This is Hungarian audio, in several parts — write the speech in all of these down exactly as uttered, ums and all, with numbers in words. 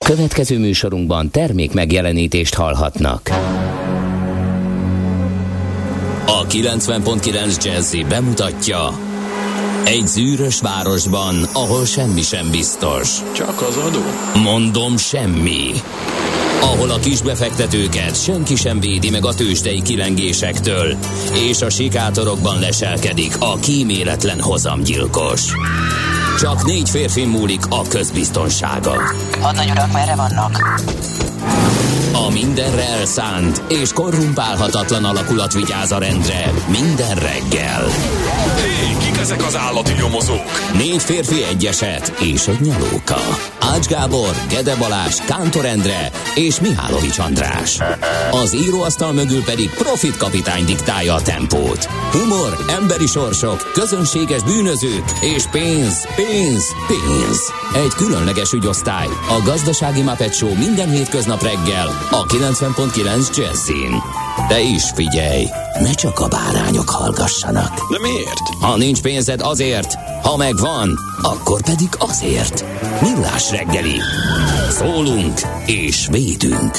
Következő műsorunkban termék megjelenítést hallhatnak. A kilencven pont kilenc Jazzy bemutatja: egy zűrös városban, ahol semmi sem biztos. Csak az adó? Mondom, semmi. Ahol a kisbefektetőket senki sem védi meg a tőzsdei kilengésektől, és a sikátorokban leselkedik a kíméletlen hozamgyilkos. Csak négy férfi múlik a közbiztonsága. Hadnagy urak, merre vannak? A mindenre elszánt és korrumpálhatatlan alakulat vigyáz a rendre minden reggel. Hé, kik ezek az állati nyomozók? Négy férfi, egy eset és egy nyalóka. Ács Gábor, Gede Balázs, Kántor Endre és Mihálovics András. Az íróasztal mögül pedig Profit kapitány diktálja a tempót. Humor, emberi sorsok, közönséges bűnözők és pénz, pénz, pénz. Egy különleges ügyosztály, a Gazdasági Muppet Show minden hétköznap reggel a kilencven pont kilenc Jazzyn. De is figyelj, ne csak a bárányok hallgassanak. De miért? Ha nincs pénzed, azért, ha megvan, akkor pedig azért. Millás reggeli. Szólunk és védünk.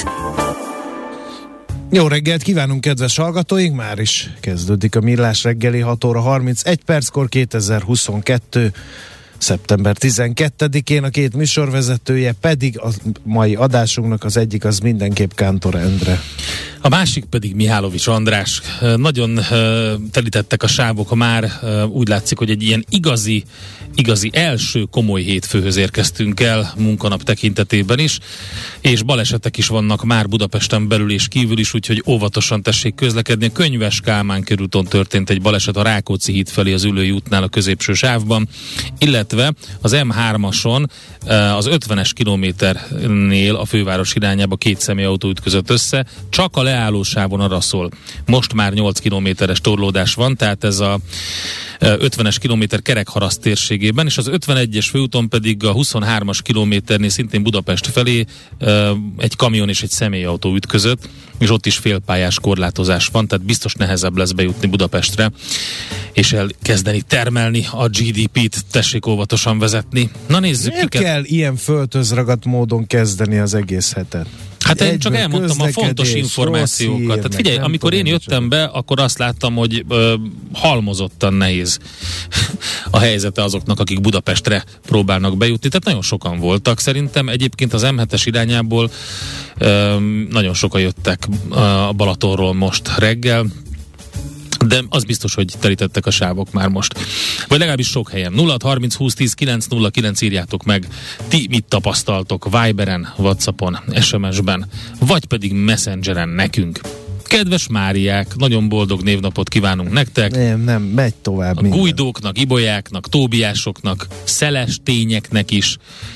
Jó reggelt kívánunk, kedves hallgatóink! Már is kezdődik a Millás reggeli, hat óra harmincegy perckor, kétezer-huszonkettő. szeptember tizenkettedikén, a két műsorvezetője pedig a mai adásunknak az egyik az mindenképp Kántor Endre. A másik pedig Mihálovics András. Nagyon uh, telítettek a sávok, már uh, úgy látszik, hogy egy ilyen igazi, igazi első komoly hétfőhöz érkeztünk el munkanap tekintetében is, és balesetek is vannak már Budapesten belül és kívül is, úgyhogy óvatosan tessék közlekedni. A Könyves Kálmán körúton történt egy baleset a Rákóczi híd felé az Üllői útnál a középső sávban, illetve az em hármason az ötvenes kilométernél a főváros irányába két személyautó ütközött össze, csak a leállósávon arra szól. Most már nyolc kilométeres torlódás van, tehát ez a ötvenes kilométer Kerekharaszt térségében, és az ötvenegyes főúton pedig a huszonhármas kilométernél szintén Budapest felé egy kamion és egy személyautó ütközött, és ott is félpályás korlátozás van, tehát biztos nehezebb lesz bejutni Budapestre, és elkezdeni termelni a gé dé pét, tessék óvatosan vezetni. Na nézzük, Miért kiket... kell ilyen föltözragadt módon kezdeni az egész hetet? Hát én csak elmondtam a fontos információkat. Tehát figyelj, amikor én jöttem be, akkor azt láttam, hogy ö, halmozottan nehéz a helyzete azoknak, akik Budapestre próbálnak bejutni. Tehát nagyon sokan voltak. Szerintem egyébként az em hetes irányából ö, nagyon sokan jöttek a Balatonról most reggel, de az biztos, hogy telítettek a sávok már most. Vagy legalábbis sok helyen. nulla hat harminc húsz tíz kilenc nulla kilenc írjátok meg, ti mit tapasztaltok Viberen, WhatsAppon, es em es-ben, vagy pedig Messengeren nekünk. Kedves Máriák, nagyon boldog névnapot kívánunk nektek. Nem, nem, megy tovább a minden. Gujdóknak, Ibolyáknak, Tóbiásoknak, Szelestényeknek is,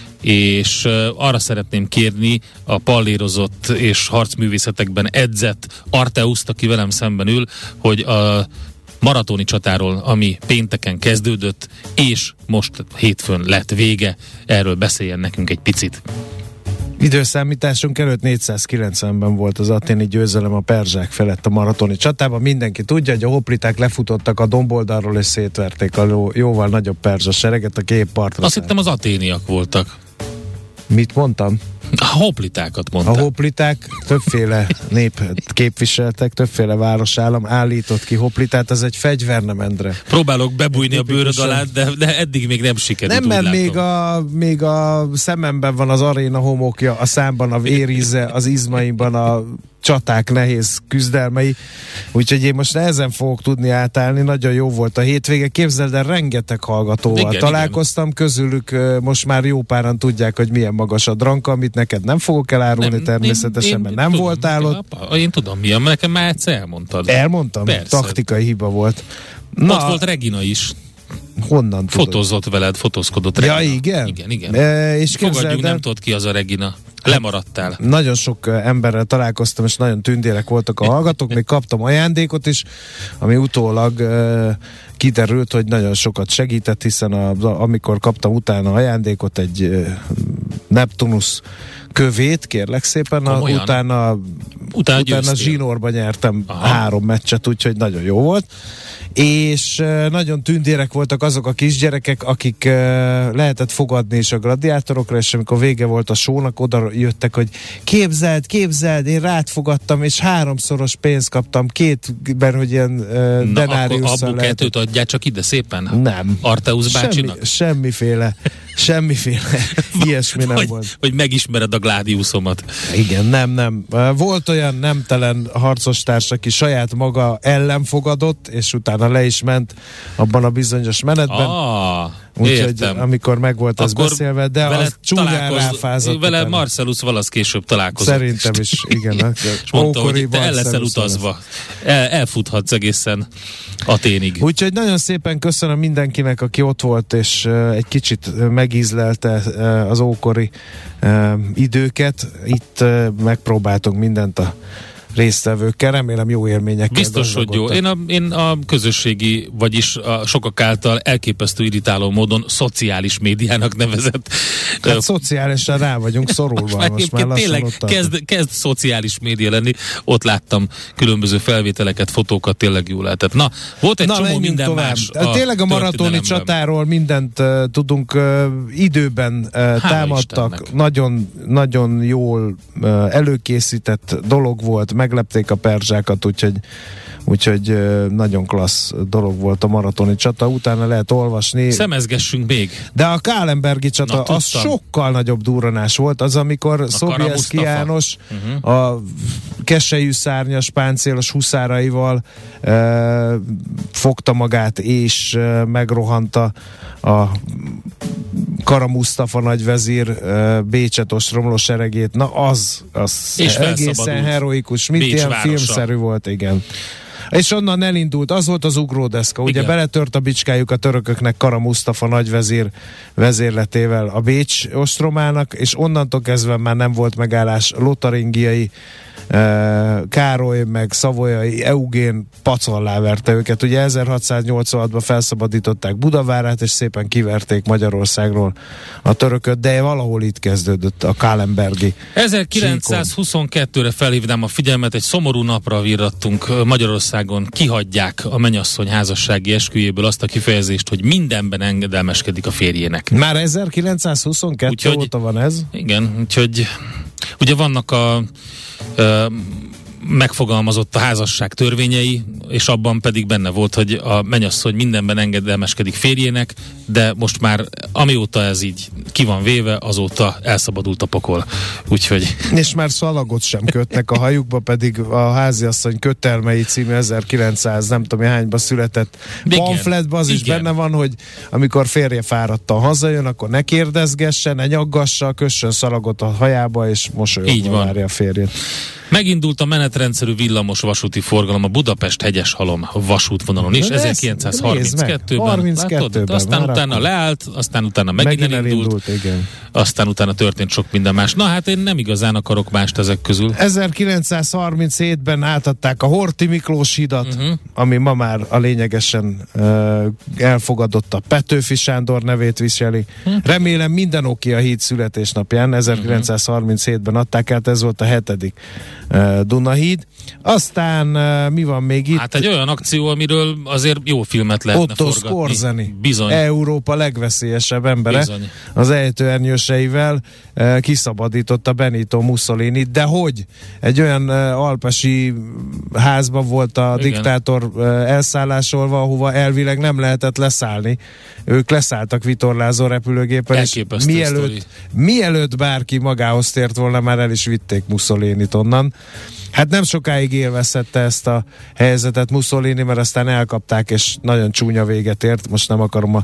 és uh, arra szeretném kérni a pallérozott és harcművészetekben edzett Arteuszt, aki velem szemben ül, hogy a maratoni csatáról, ami pénteken kezdődött, és most hétfőn lett vége, erről beszéljen nekünk egy picit. Időszámításunk előtt négyszázkilencvenben volt az athéni győzelem a perzsák felett a maratoni csatában. Mindenki tudja, hogy a hopliták lefutottak a domboldalról és szétverték a jóval nagyobb perzsa sereget a két partra. Azt hittem az aténiak voltak. Mit mondtam? A hoplitákat mondtam. A hopliták többféle nép képviseltek, többféle városállam állított ki hoplitát, az egy fegyver, nem, Endre? Próbálok bebújni a bőröd alá, de, de eddig még nem sikerült. Nem, mert még a, még a szememben van az aréna homokja, a számban a véríze, az izmaimban a csaták nehéz küzdelmei, úgyhogy én most nehezen fogok tudni átállni, nagyon jó volt a hétvége, képzeld el, rengeteg hallgatóval igen, találkoztam, igen. Közülük most már jó páran tudják, hogy milyen magas a dranka, amit neked nem fogok elárulni nem, természetesen, én, mert nem tudom, voltál ott. Apa, én tudom milyen, mert nekem már egyszer elmondtad. Elmondtam? Persze. Taktikai hiba volt. Na, ott volt Regina is. Honnan tudod? Fotózott veled, fotózkodott Regina. Ja, igen? Igen, igen. E, és fogadjuk, nem tudod ki az a Regina. Lemaradtál. Nagyon sok emberrel találkoztam, és nagyon tündérek voltak a hallgatók, még kaptam ajándékot is, ami utólag uh, kiderült, hogy nagyon sokat segített, hiszen a, amikor kaptam utána ajándékot, egy uh, Neptunus kövét, kérlek szépen, a, utána, utána, utána zsinórba nyertem Aha. három meccset, úgyhogy nagyon jó volt. És uh, nagyon tündérek voltak azok a kisgyerekek, akik uh, lehetett fogadni is a gladiátorokra, és amikor vége volt a show-nak, oda jöttek, hogy képzeld, képzeld, én rád fogadtam, és háromszoros pénzt kaptam, kétben, hogy ilyen uh, denáriusszal lehet. Kettőt adjál csak ide szépen? Nem. Arteusz bácsinak? Semmi, semmiféle, semmiféle ilyesmi nem vagy, volt. Vagy megismered a gládiuszomat. Igen, nem, nem. Volt olyan nemtelen harcostárs, aki saját maga ellen fogadott, és utána le is ment abban a bizonyos menetben. Ah, úgyhogy amikor meg volt ez beszélve, de az csúnyán ráfázott. Vele utána. Marcellus valasz később találkozott. Szerintem is, igen. És mondta, hogy te el leszel utazva. El, elfuthatsz egészen Aténig. Úgyhogy nagyon szépen köszönöm mindenkinek, aki ott volt, és uh, egy kicsit megízlelte uh, az ókori uh, időket. Itt uh, megpróbáltunk mindent a résztvevőkkel, remélem jó élményekkel. Biztos, hogy jó. Én a, én a közösségi, vagyis a sokak által elképesztő irritáló módon szociális médiának nevezett. Hát uh, szociálisan rá vagyunk szorulva. Most, most már tényleg kezd, kezd szociális média lenni. Ott láttam különböző felvételeket, fotókat, tényleg jól lehetett. Na, volt egy Na, csomó minden tovább. Más. A tényleg a maratoni csatáról mindent uh, tudunk, uh, időben uh, támadtak. Istennek. Nagyon, nagyon jól uh, előkészített dolog volt, meglepték a perzsákat, úgyhogy, úgyhogy nagyon klassz dolog volt a maratoni csata, utána lehet olvasni. Szemezgessünk még. De a Kálenbergi csata, Na, az sokkal nagyobb durranás volt, az amikor Sobieski János uh-huh. a keselyű szárnyas páncélos huszáraival e, fogta magát és e, megrohanta a Kara Mustafa nagyvezír uh, Bécset ostromló seregét, na az, az egészen heroikus, mint Bécs ilyen városa. Filmszerű volt, igen. És onnan elindult, az volt az ugródeszka, ugye igen. Beletört a bicskájuk a törököknek Kara Mustafa nagyvezír vezérletével a Bécs ostromának, és onnantól kezdve már nem volt megállás. Lotaringiai Károly meg szavolyai Eugén pacallá verte őket. Ugye ezerhatszáznyolcvanhatban felszabadították Budavárát, és szépen kiverték Magyarországról a törököt, de valahol itt kezdődött a Kálenbergi ezerkilencszázhuszonkettőre felhívnám a figyelmet, egy szomorú napra virrattunk Magyarországon, kihagyják a mennyasszony házassági esküjéből azt a kifejezést, hogy mindenben engedelmeskedik a férjének. Már ezerkilencszázhuszonkettő úgyhogy, óta van ez? Igen, úgyhogy ugye vannak a Ö, megfogalmazott a házasság törvényei, és abban pedig benne volt, hogy a mennyasszony mindenben engedelmeskedik férjének, de most már amióta ez így ki van véve, azóta elszabadult a pokol. Úgyhogy... És már szalagot sem kötnek a hajukba, pedig a háziasszony kötelmei című ezerkilencszáz nem tudom hányba született pamfletben az igen. is benne van, hogy amikor férje fáradtan hazajön, akkor ne kérdezgesse, ne nyaggassa, kössön szalagot a hajába, és mosolyogva várja a férjét. Megindult a menetrendszerű villamos vasúti forgalom a Budapest-Hegyeshalom vasútvonalon is, ezerkilencszázharminckettőben. harminckettőben aztán utána leállt, aztán utána megint, megint elindult, elindult igen. Aztán utána történt sok minden más. Na hát én nem igazán akarok mást ezek közül. ezerkilencszázharminchétben átadták a Horthy Miklós hidat, uh-huh. ami ma már a lényegesen uh, elfogadott a Petőfi Sándor nevét viseli. Uh-huh. Remélem minden oké a híd születésnapján, ezerkilencszázharminchétben adták át, ez volt a hetedik uh, Dunahíd. Aztán uh, mi van még itt? Hát egy olyan akció, amiről azért jó filmet lehetne Otto forgatni. Scorzeni, Bizony. Európa legveszélyesebb embere. Bizony. Az ejtőernyőseivel uh, kiszabadította Benito Mussolini, de hogy? Egy olyan uh, alpesi házban volt a Igen. diktátor uh, elszállásolva, ahova elvileg nem lehetett leszállni. Ők leszálltak vitorlázó repülőgépen, és mielőtt, mielőtt bárki magához tért volna, már el is vitték Mussolinit onnan. Hát nem sokáig élvezhette ezt a helyzetet Mussolini, mert aztán elkapták, és nagyon csúnya véget ért. Most nem akarom a,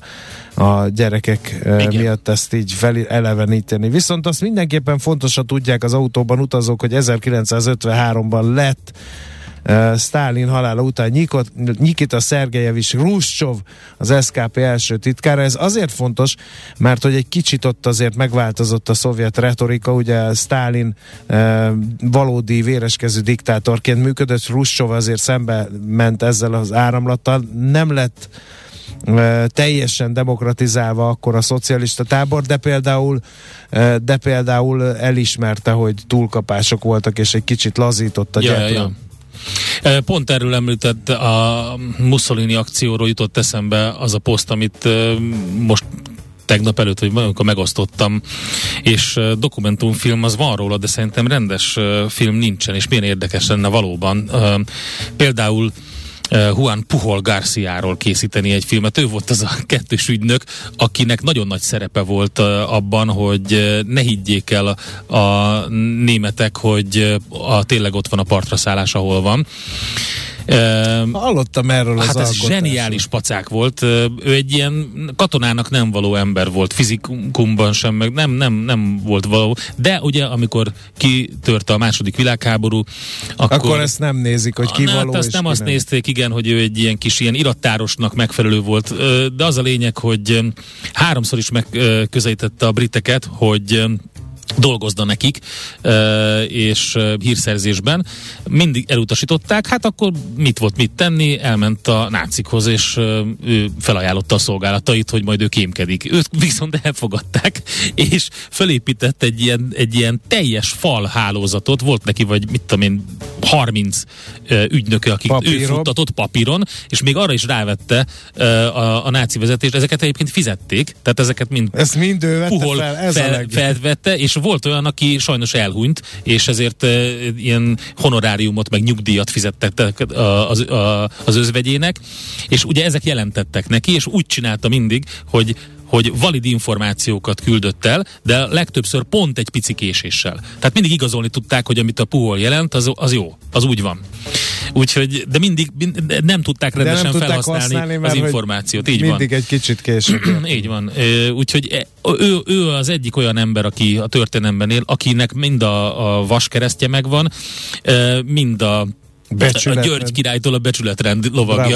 a gyerekek Igen. miatt ezt így fel, eleveníteni. Viszont azt mindenképpen fontos, ha tudják az autóban utazók, hogy ezerkilencszázötvenháromban lett Uh, Sztálin halála után Nikita Szergejevics Hruscsov az es ká pé első titkára. Ez azért fontos, mert hogy egy kicsit ott azért megváltozott a szovjet retorika, ugye Sztálin uh, valódi véreskezű diktátorként működött, Hruscsov azért szembe ment ezzel az áramlattal, nem lett teljesen demokratizálva akkor a szocialista tábor, de például, de például elismerte, hogy túlkapások voltak, és egy kicsit lazított a ja, gyepről. ja, ja. Pont erről említett, a Mussolini akcióról jutott eszembe az a poszt, amit most tegnap előtt, vagy amikor megosztottam, és dokumentumfilm az van róla, de szerintem rendes film nincsen, és milyen érdekes lenne valóban. Például Juan Pujol Garciáról készíteni egy filmet. Ő volt az a kettős ügynök, akinek nagyon nagy szerepe volt abban, hogy ne higgyék el a, a németek, hogy a, tényleg ott van a partra szállás, ahol van. Hallottam erről az Hát ez alkotásról. zseniális pacák volt. Ő egy ilyen katonának nem való ember volt, fizikumban sem, meg nem, nem, nem volt való. De ugye, amikor kitört a második világháború, akkor... Akkor ezt nem nézik, hogy ki Na, való, azt és nem ki azt nem. nézték, igen, hogy ő egy ilyen kis ilyen irattárosnak megfelelő volt. De az a lényeg, hogy háromszor is megközelítette a briteket, hogy dolgozna nekik, és hírszerzésben. Mindig elutasították, hát akkor mit volt mit tenni? Elment a nácikhoz, és ő felajánlotta a szolgálatait, hogy majd ő kémkedik. Őt viszont elfogadták, és felépített egy ilyen, egy ilyen teljes fal hálózatot, volt neki, vagy mit tudom én, harminc ügynöke, akik Papíron. ő futtatott papíron, és még arra is rávette a, a náci vezetést. Ezeket egyébként fizették, tehát ezeket mind Ezt mind ő vette Pujol fel, ez fel, a legjobb. felvette, és volt olyan, aki sajnos elhunyt, és ezért e, ilyen honoráriumot, meg nyugdíjat fizettek az, a, az özvegyének, és ugye ezek jelentettek neki, és úgy csinálta mindig, hogy hogy valid információkat küldött el, de legtöbbször pont egy pici késéssel. Tehát mindig igazolni tudták, hogy amit a Pujol jelent, az, az jó, az úgy van. Úgyhogy, de mindig mind, nem tudták rendesen nem tudták felhasználni használni, az információt. Így mindig van. egy kicsit később. Így van. Úgyhogy ő, ő az egyik olyan ember, aki a történelemben él, akinek mind a, a vaskeresztje megvan, mind a A György királytól a becsületrend lovagja.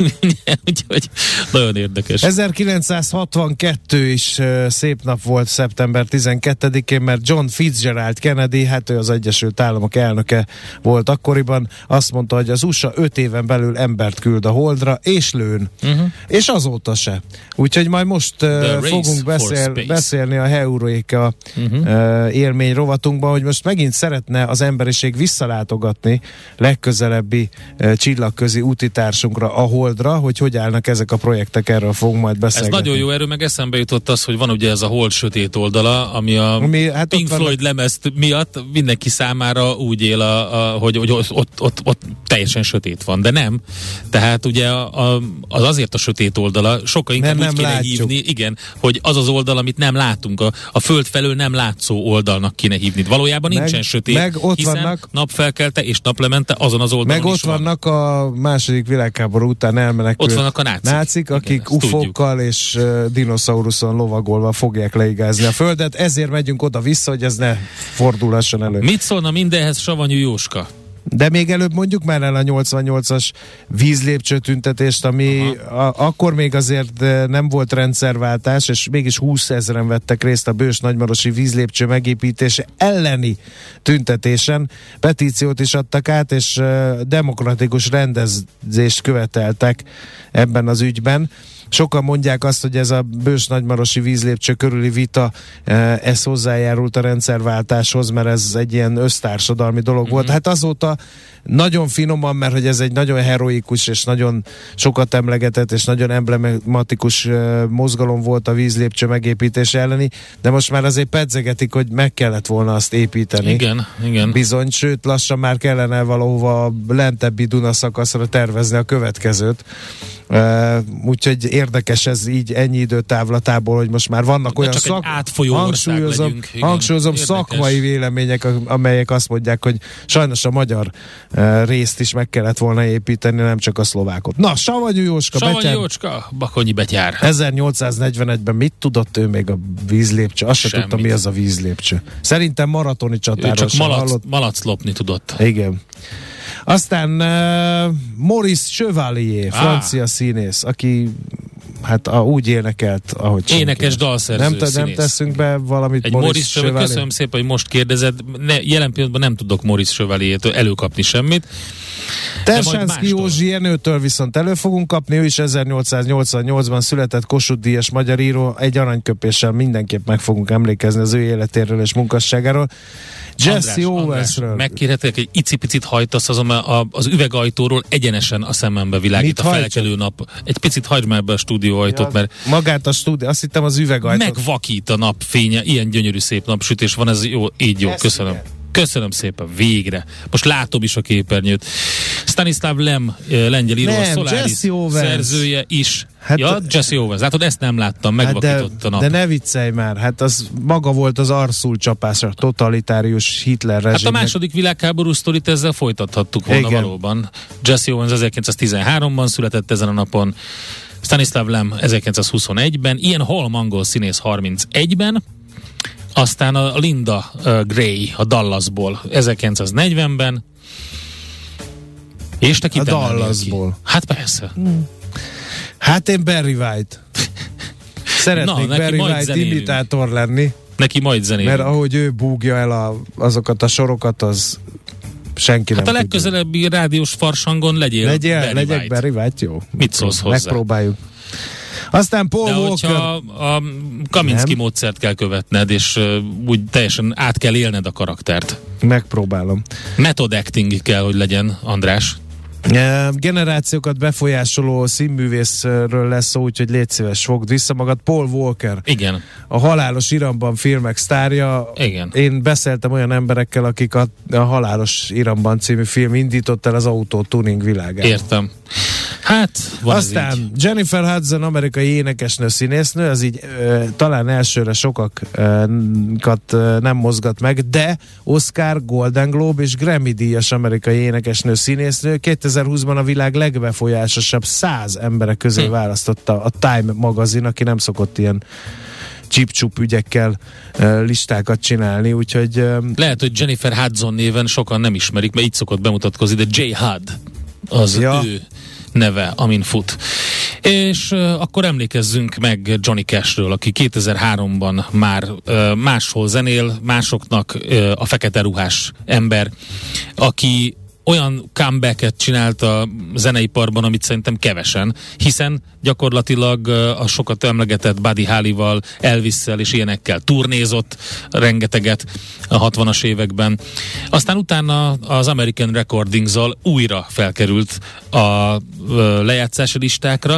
Úgyhogy nagyon érdekes. ezerkilencszázhatvankettő is uh, szép nap volt szeptember tizenkettedikén, mert John Fitzgerald Kennedy, hát ő az Egyesült Államok elnöke volt akkoriban, azt mondta, hogy az u es á öt éven belül embert küld a Holdra, és lőn. Uh-huh. És azóta se. Úgyhogy majd most uh, fogunk beszél, beszélni a Heuréka uh-huh. uh, élmény rovatunkban, hogy most megint szeretne az emberiség visszalátogatni legközelebbi uh, csillagközi útitársunkra, a Holdra, hogy hogy állnak ezek a projektek, erről fogunk majd beszélgetni. Ez nagyon jó, erről meg eszembe jutott az, hogy van ugye ez a Hold sötét oldala, ami a ami, hát Pink Floyd vannak... lemezt miatt mindenki számára úgy él, a, a, hogy, hogy ott, ott, ott, ott teljesen sötét van, de nem. Tehát ugye a, a, az azért a sötét oldala, sokkal inkább nem, úgy kéne látjuk. hívni, igen, hogy az az oldal, amit nem látunk, a, a föld felől nem látszó oldalnak kéne hívni. Valójában meg, nincsen sötét, meg ott hiszen vannak, napfelkelte és naplemente azon az oldalon meg ott is van. vannak a második világháború után elmenekült ott vannak a nácik, nácik akik igen, ufókkal és uh, dinoszauruszon lovagolva fogják leigázni a földet, ezért megyünk oda-vissza, hogy ez ne fordulhasson elő. Mit szólna mindenhez Savanyú Jóska? De még előbb mondjuk már el a nyolcvannyolcas vízlépcső tüntetést, ami a, akkor még azért nem volt rendszerváltás, és mégis húszezren vettek részt a Bős Nagymarosi vízlépcső megépítése elleni tüntetésen. Petíciót is adtak át, és demokratikus rendezést követeltek ebben az ügyben. Sokan mondják azt, hogy ez a Bős Nagymarosi vízlépcső körüli vita, ez hozzájárult a rendszerváltáshoz, mert ez egy ilyen össztársadalmi dolog mm-hmm. volt. Hát azóta nagyon finoman, mert hogy ez egy nagyon heroikus és nagyon sokat emlegetett és nagyon emblematikus mozgalom volt a vízlépcső megépítése elleni, de most már azért pedzegetik, hogy meg kellett volna azt építeni. Igen, igen. Bizony, sőt lassan már kellene valahova lentebbi Duna szakaszra tervezni a következőt. Uh, úgyhogy érdekes ez így ennyi idő távlatából, hogy most már vannak de olyan csak szak... hangsúlyozom, hangsúlyozom szakmai vélemények, amelyek azt mondják, hogy sajnos a magyar uh, részt is meg kellett volna építeni, nem csak a szlovákot. Na, Savanyú Jóska, Savanyú Betyár. Jóska, Bakonyi Betyár. ezernyolcszáznegyvenegyben mit tudott ő még a vízlépcső? Azt se tudta, mi az a vízlépcső. Szerintem maratoni csatáról ő csak sem malac, hallott. malac lopni tudott. Igen. Aztán uh, Maurice Chevalier, francia ah. színész, aki hát a, úgy énekelt, ahogy senki. Énekes, dalszerző, nem, te, nem teszünk be valamit egy Maurice Maurice Chevalier. Köszönöm szépen, hogy most kérdezed. Ne, jelen pillanatban nem tudok Maurice Chevalier-től előkapni semmit. Tersánszky Józsi Jenőtől viszont elő fogunk kapni, ő is ezernyolcszáznyolcvannyolcban született, Kossuth Díjas magyar író, egy aranyköpéssel mindenképp meg fogunk emlékezni az ő életéről és munkasságáról. Jesse Owensről. Megkérhetek, egy icipicit hajtasz azon a, az üvegajtóról egyenesen a szemembe világít Mit a felkelő nap. Egy picit hagyd már be a stúdióajtót, ja, mert magát a stúdió, azt hittem az üvegajtót. Megvakít a napfénye, ilyen gyönyörű szép napsütés van, ez jó, így jó, köszönöm. Igen. Köszönöm szépen, végre. Most látom is a képernyőt. Stanislav Lem, lengyel író, a Solaris szerzője is. Hát, ja, Jesse Owens. Látod, ezt nem láttam, megvakított hát a nap. De ne viccelj már, hát az maga volt az arszul csapásra, totalitárius Hitler rezsimnek. Hát a második világháború sztorit ezzel folytathattuk volna. Igen. Valóban. Jesse Owens ezerkilencszáztizenháromban született ezen a napon, Stanislav Lem ezerkilencszázhuszonegyben, Ian Holm angol színész harmincegyben, aztán a Linda uh, Gray a Dallasból ezerkilencszáznegyvenben, és te kit a Dallasból. Ki? Hát persze. Hmm. Hát én Barry White. Szeretnék Na, Barry White zenélünk. Imitátor lenni. Neki majd zenélünk. Mert ahogy ő búgja el a, azokat a sorokat, az senki hát nem a legközelebbi tudja. Rádiós farsangon legyél, legyél Barry legyek White. Barry White, jó. Mit szólsz hozzá? Megpróbáljuk. Aztán Paul De Walker. hogyha a Kaminski nem. módszert kell követned, és uh, úgy teljesen át kell élned a karaktert. Megpróbálom. Method acting kell, hogy legyen, András. Generációkat befolyásoló színművészről lesz szó, úgyhogy légy szíves, fogd vissza magad. Paul Walker. Igen. A Halálos Iramban filmek sztárja. Igen. Én beszéltem olyan emberekkel, akik a, a Halálos Iramban című film indított el az autó tuning világát. Értem. Hát, van aztán Jennifer Hudson, amerikai énekesnő, színésznő, ez így ö, talán elsőre sokakat ö, nem mozgat meg, de Oscar, Golden Globe és Grammy díjas amerikai énekesnő, színésznő kétezer-húszban a világ legbefolyásosabb száz emberek közé hm. választotta a Time magazin, aki nem szokott ilyen csip-csup ügyekkel uh, listákat csinálni, úgyhogy... Um, lehet, hogy Jennifer Hudson néven sokan nem ismerik, mert így szokott bemutatkozni, de J. Hud az ja. ő neve, amin fut. És uh, akkor emlékezzünk meg Johnny Cashről, aki kétezer-háromban már uh, máshol zenél, másoknak uh, a fekete ruhás ember, aki olyan comebacket csinált a zeneiparban, amit szerintem kevesen, hiszen gyakorlatilag a sokat emlegetett Buddy Holly-val, Elvis-szel és ilyenekkel turnézott rengeteget a hatvanas években. Aztán utána az American Recordings-zal újra felkerült a lejátszási listákra,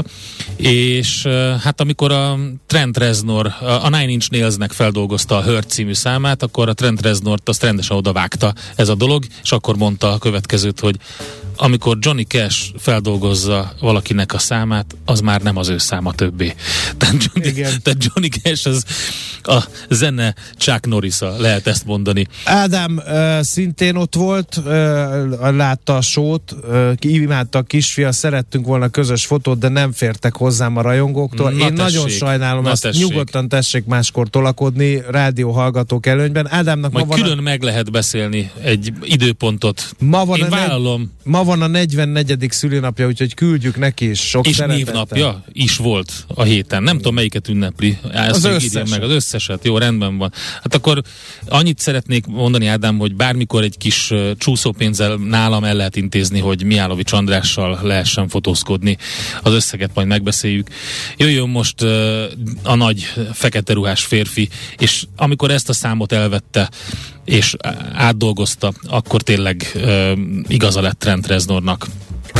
és hát amikor a Trent Reznor, a Nine Inch Nailsnek feldolgozta a Hurt című számát, akkor a Trent Reznort azt rendesen odavágta ez a dolog, és akkor mondta a következőt, hogy amikor Johnny Cash feldolgozza valakinek a számát, az már nem az ő száma többé. Tehát Johnny, tehát Johnny Cash az a zene Chuck Norris-a, lehet ezt mondani. Ádám uh, szintén ott volt, uh, látta a sót, uh, imádta a kisfia, szerettünk volna közös fotót, de nem fértek hozzám a rajongóktól. Na Én tessék, nagyon sajnálom, azt tessék. Nyugodtan tessék máskor tolakodni, rádióhallgatók előnyben. Ádámnak Majd ma van külön a... meg lehet beszélni egy időpontot. Ma van Én a vállalom. Negy... Ma van a negyvennegyedik szülinapja, úgyhogy küldjük neki is sok és szeretettel. névnapja is volt a héten. Nem tudom, melyiket ünnepli. Ezt az összeset. Meg, az összeset. Jó, rendben van. Hát akkor annyit szeretnék mondani, Ádám, hogy bármikor egy kis uh, csúszópénzzel nálam el lehet intézni, hogy Mihálovics Andrással lehessen fotózkodni. Az összeget majd megbeszéljük. Jöjjön most uh, a nagy fekete ruhás férfi, és amikor ezt a számot elvette, és átdolgozta, akkor tényleg uh, igaza lett Trent Reznornak.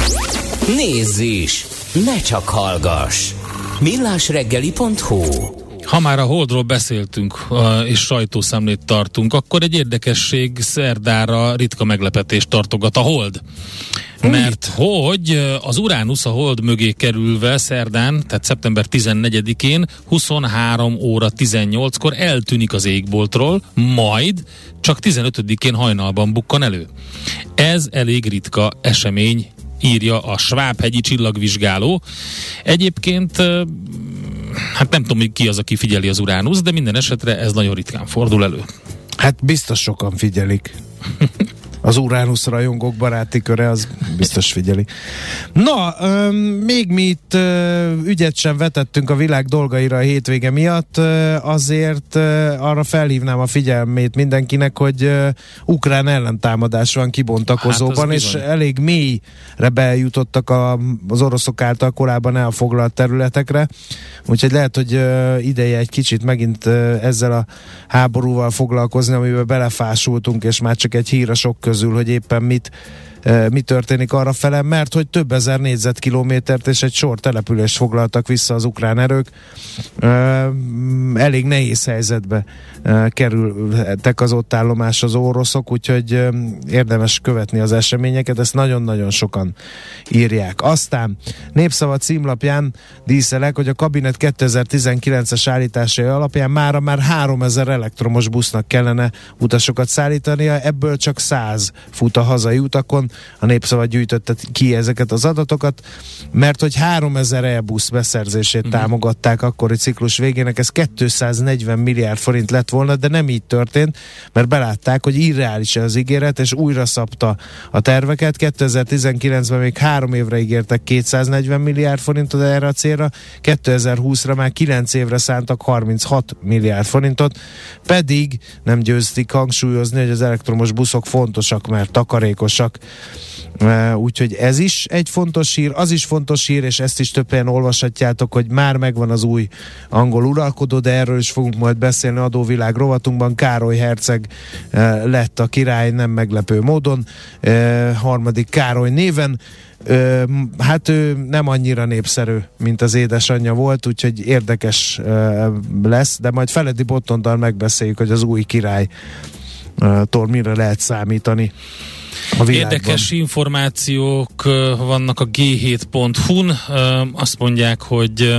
Nézz is! Ne csak hallgass! millásreggeli pont hu. Ha már a Holdról beszéltünk, uh, és sajtószemlét tartunk, akkor egy érdekesség, szerdára ritka meglepetést tartogat a Hold. Mert hogy az Uránusz a Hold mögé kerülve szerdán, tehát szeptember tizennegyedikén huszonhárom óra tizennyolckor eltűnik az égboltról, majd csak tizenötödikén hajnalban bukkan elő. Ez elég ritka esemény, írja a Svábhegyi csillagvizsgáló. Egyébként hát nem tudom, hogy ki az, aki figyeli az Uránusz, de minden esetre ez nagyon ritkán fordul elő. Hát biztos sokan figyelik. az Uranus rajongók baráti köre, az biztos figyeli. Na, ö, még mi itt ö, ügyet sem vetettünk a világ dolgaira a hétvége miatt, ö, azért ö, arra felhívnám a figyelmét mindenkinek, hogy ö, ukrán ellentámadás van kibontakozóban, hát és elég mélyre bejutottak a, az oroszok által korábban elfoglalt területekre, úgyhogy lehet, hogy ö, ideje egy kicsit megint ö, ezzel a háborúval foglalkozni, amiben belefásultunk, és már csak egy hír a sok közül, hogy éppen mit mi történik arra fele, mert hogy több ezer négyzetkilométert és egy sor települést foglaltak vissza az ukrán erők. Elég nehéz helyzetbe kerültek az ott állomás az oroszok, úgyhogy érdemes követni az eseményeket, ezt nagyon-nagyon sokan írják. Aztán Népszava címlapján díszelek, hogy a kabinet kétezer-tizenkilences állításai alapján mára már háromezer elektromos busznak kellene utasokat szállítania, ebből csak száz fut a hazai utakon. A Népszava gyűjtötte ki ezeket az adatokat, mert hogy háromezer e-busz beszerzését uh-huh. támogatták akkori ciklus végének, ez kétszáznegyven milliárd forint lett volna, de nem így történt, mert belátták, hogy irreális az ígéret, és újra szabta a terveket. kétezer-tizenkilencben még három évre ígértek kétszáznegyven milliárd forintot erre a célra, kétezer-húszra már kilenc évre szántak harminchat milliárd forintot, pedig nem győzték hangsúlyozni, hogy az elektromos buszok fontosak, mert takarékosak. Úgyhogy ez is egy fontos hír, az is fontos hír, és ezt is több helyen olvashatjátok, hogy már megvan az új angol uralkodó, de erről is fogunk majd beszélni adóvilág rovatunkban. Károly herceg lett a király, nem meglepő módon, harmadik Károly néven. Ö, hát ő nem annyira népszerű, mint az édesanyja volt, úgyhogy érdekes ö, lesz, de majd Feledi Bottondal megbeszéljük, hogy az új királytól mire lehet számítani a világban. Érdekes információk vannak a gé hét pont hu-n. Azt mondják, hogy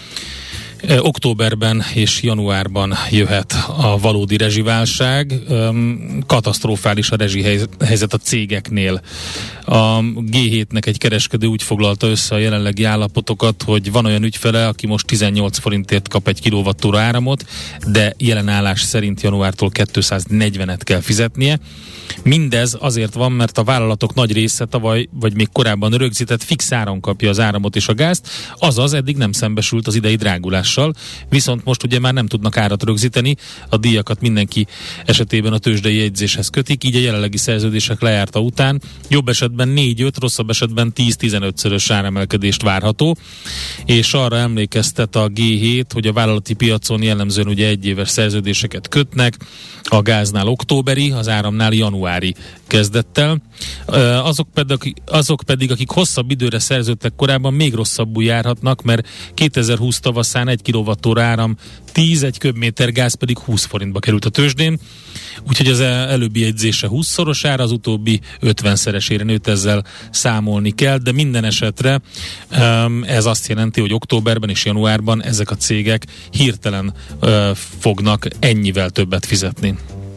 októberben és januárban jöhet a valódi rezsiválság. Katasztrofális a rezsihelyzet a cégeknél. A gé hétnek egy kereskedő úgy foglalta össze a jelenlegi állapotokat, hogy van olyan ügyfele, aki most tizennyolc forintért kap egy kilowattóra áramot, de jelen állás szerint januártól kétszáznegyvenet kell fizetnie. Mindez azért van, mert a vállalatok nagy része tavaly, vagy még korábban rögzített fix áron kapja az áramot és a gázt, azaz eddig nem szembesült az idei drágulással, viszont most ugye már nem tudnak árat rögzíteni, a díjakat mindenki esetében a tőzsdei jegyzéshez kötik, így a jelenlegi szerződések lejárta után jobb esetben négy-öt, rosszabb esetben tíz-tizenötszörös áremelkedést várható, és arra emlékeztet a gé hét, hogy a vállalati piacon jellemzően ugye egyéves szerződéseket kötnek, a gáznál októberi, az áramnál januári kezdettel. Azok pedig, azok pedig, akik hosszabb időre szerződtek korábban, még rosszabbul járhatnak, mert kétezer-húsz tavaszán egy kilowattóra áram tíz, egy köbméter gáz pedig húsz forintba került a tőzsdén, úgyhogy az előbbi jegyzése húszszorosára, az utóbbi ötvenszeresére nőtt, ezzel számolni kell, de minden esetre ez azt jelenti, hogy októberben és januárban ezek a cégek hirtelen fognak ennyivel többet fizetni.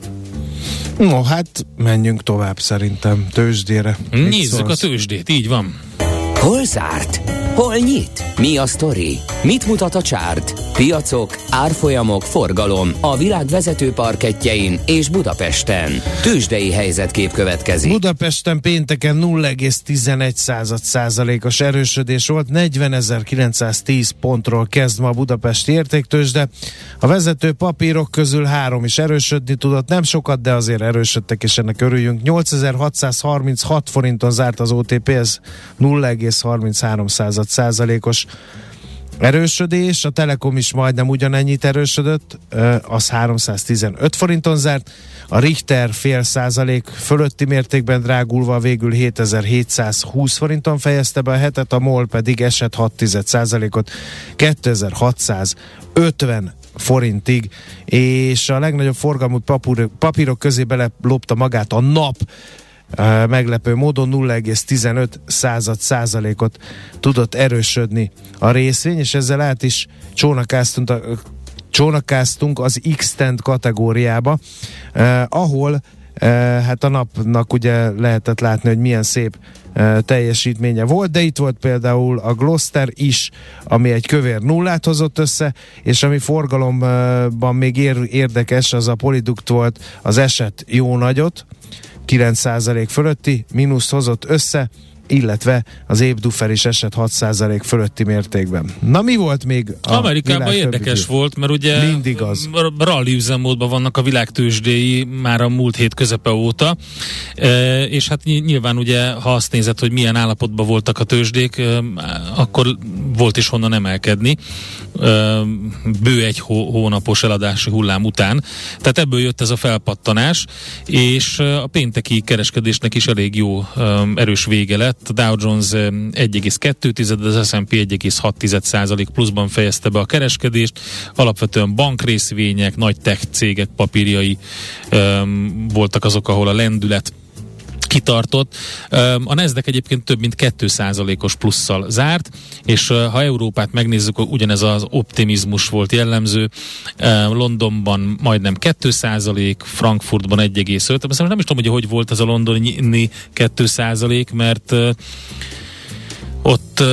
No, hát menjünk tovább szerintem tőzsdére. Nézzük a tőzsdét, így van. Hol zárt? Hol nyit? Mi a sztori? Mit mutat a csárt? Piacok, árfolyamok, forgalom a világ vezető parkettjein és Budapesten. Tőzsdei helyzetkép következik. Budapesten pénteken nulla egész tizenegy százalékos erősödés volt, negyvenezer-kilencszáztíz pontról kezd ma a budapesti értéktőzsde. A vezető papírok közül három is erősödni tudott, nem sokat, de azért erősödtek, és ennek örüljünk. nyolcezer-hatszázharminchat forinton zárt az o té pé, ez nulla egész harminchárom százalékos erősödés, a Telekom is majdnem ugyanennyit erősödött, az háromszáztizenöt forinton zárt, a Richter fél százalék fölötti mértékben drágulva végül hétezer-hétszázhúsz forinton fejezte be a hetet, a MOL pedig esett hat tized százalékot kétezer-hatszázötven forintig, és a legnagyobb forgalmú papír, papírok közé belelopta magát a nap, Uh, meglepő módon nulla egész tizenöt százalékot tudott erősödni a részvény, és ezzel át is csónakáztunk, a, csónakáztunk az X-Tent kategóriába, uh, ahol uh, hát a napnak ugye lehetett látni, hogy milyen szép uh, teljesítménye volt, de itt volt például a Gloster is, ami egy kövér nullát hozott össze, és ami forgalomban még ér, érdekes, az a Polyduct volt, az esett jó nagyot, kilenc százalék fölötti mínuszt hozott össze, illetve az évduffer is esett hat százalék fölötti mértékben. Na mi volt még a Amerikában érdekes volt, mert ugye mindig az. rally üzemmódban vannak a világtőzsdéi már a múlt hét közepe óta, e, és hát nyilván ugye, ha azt nézed, hogy milyen állapotban voltak a tőzsdék, e, akkor volt is honnan emelkedni, e, bő egy hó, hónapos eladási hullám után. Tehát ebből jött ez a felpattanás, és a pénteki kereskedésnek is elég jó, e, erős vége lett. A Dow Jones egy egész kettő, az es and pé egy egész hat százalék pluszban fejezte be a kereskedést. Alapvetően bankrészvények, nagy tech cégek papírjai um, voltak azok, ahol a lendület kitartott. A Nasdaq egyébként több mint két százalékos plusszal zárt, és ha Európát megnézzük, ugyanez az optimizmus volt jellemző. Londonban majdnem két százalék, Frankfurtban egy egész öt. Most nem is tudom, hogy hogy volt ez a londoni két százalék, mert ott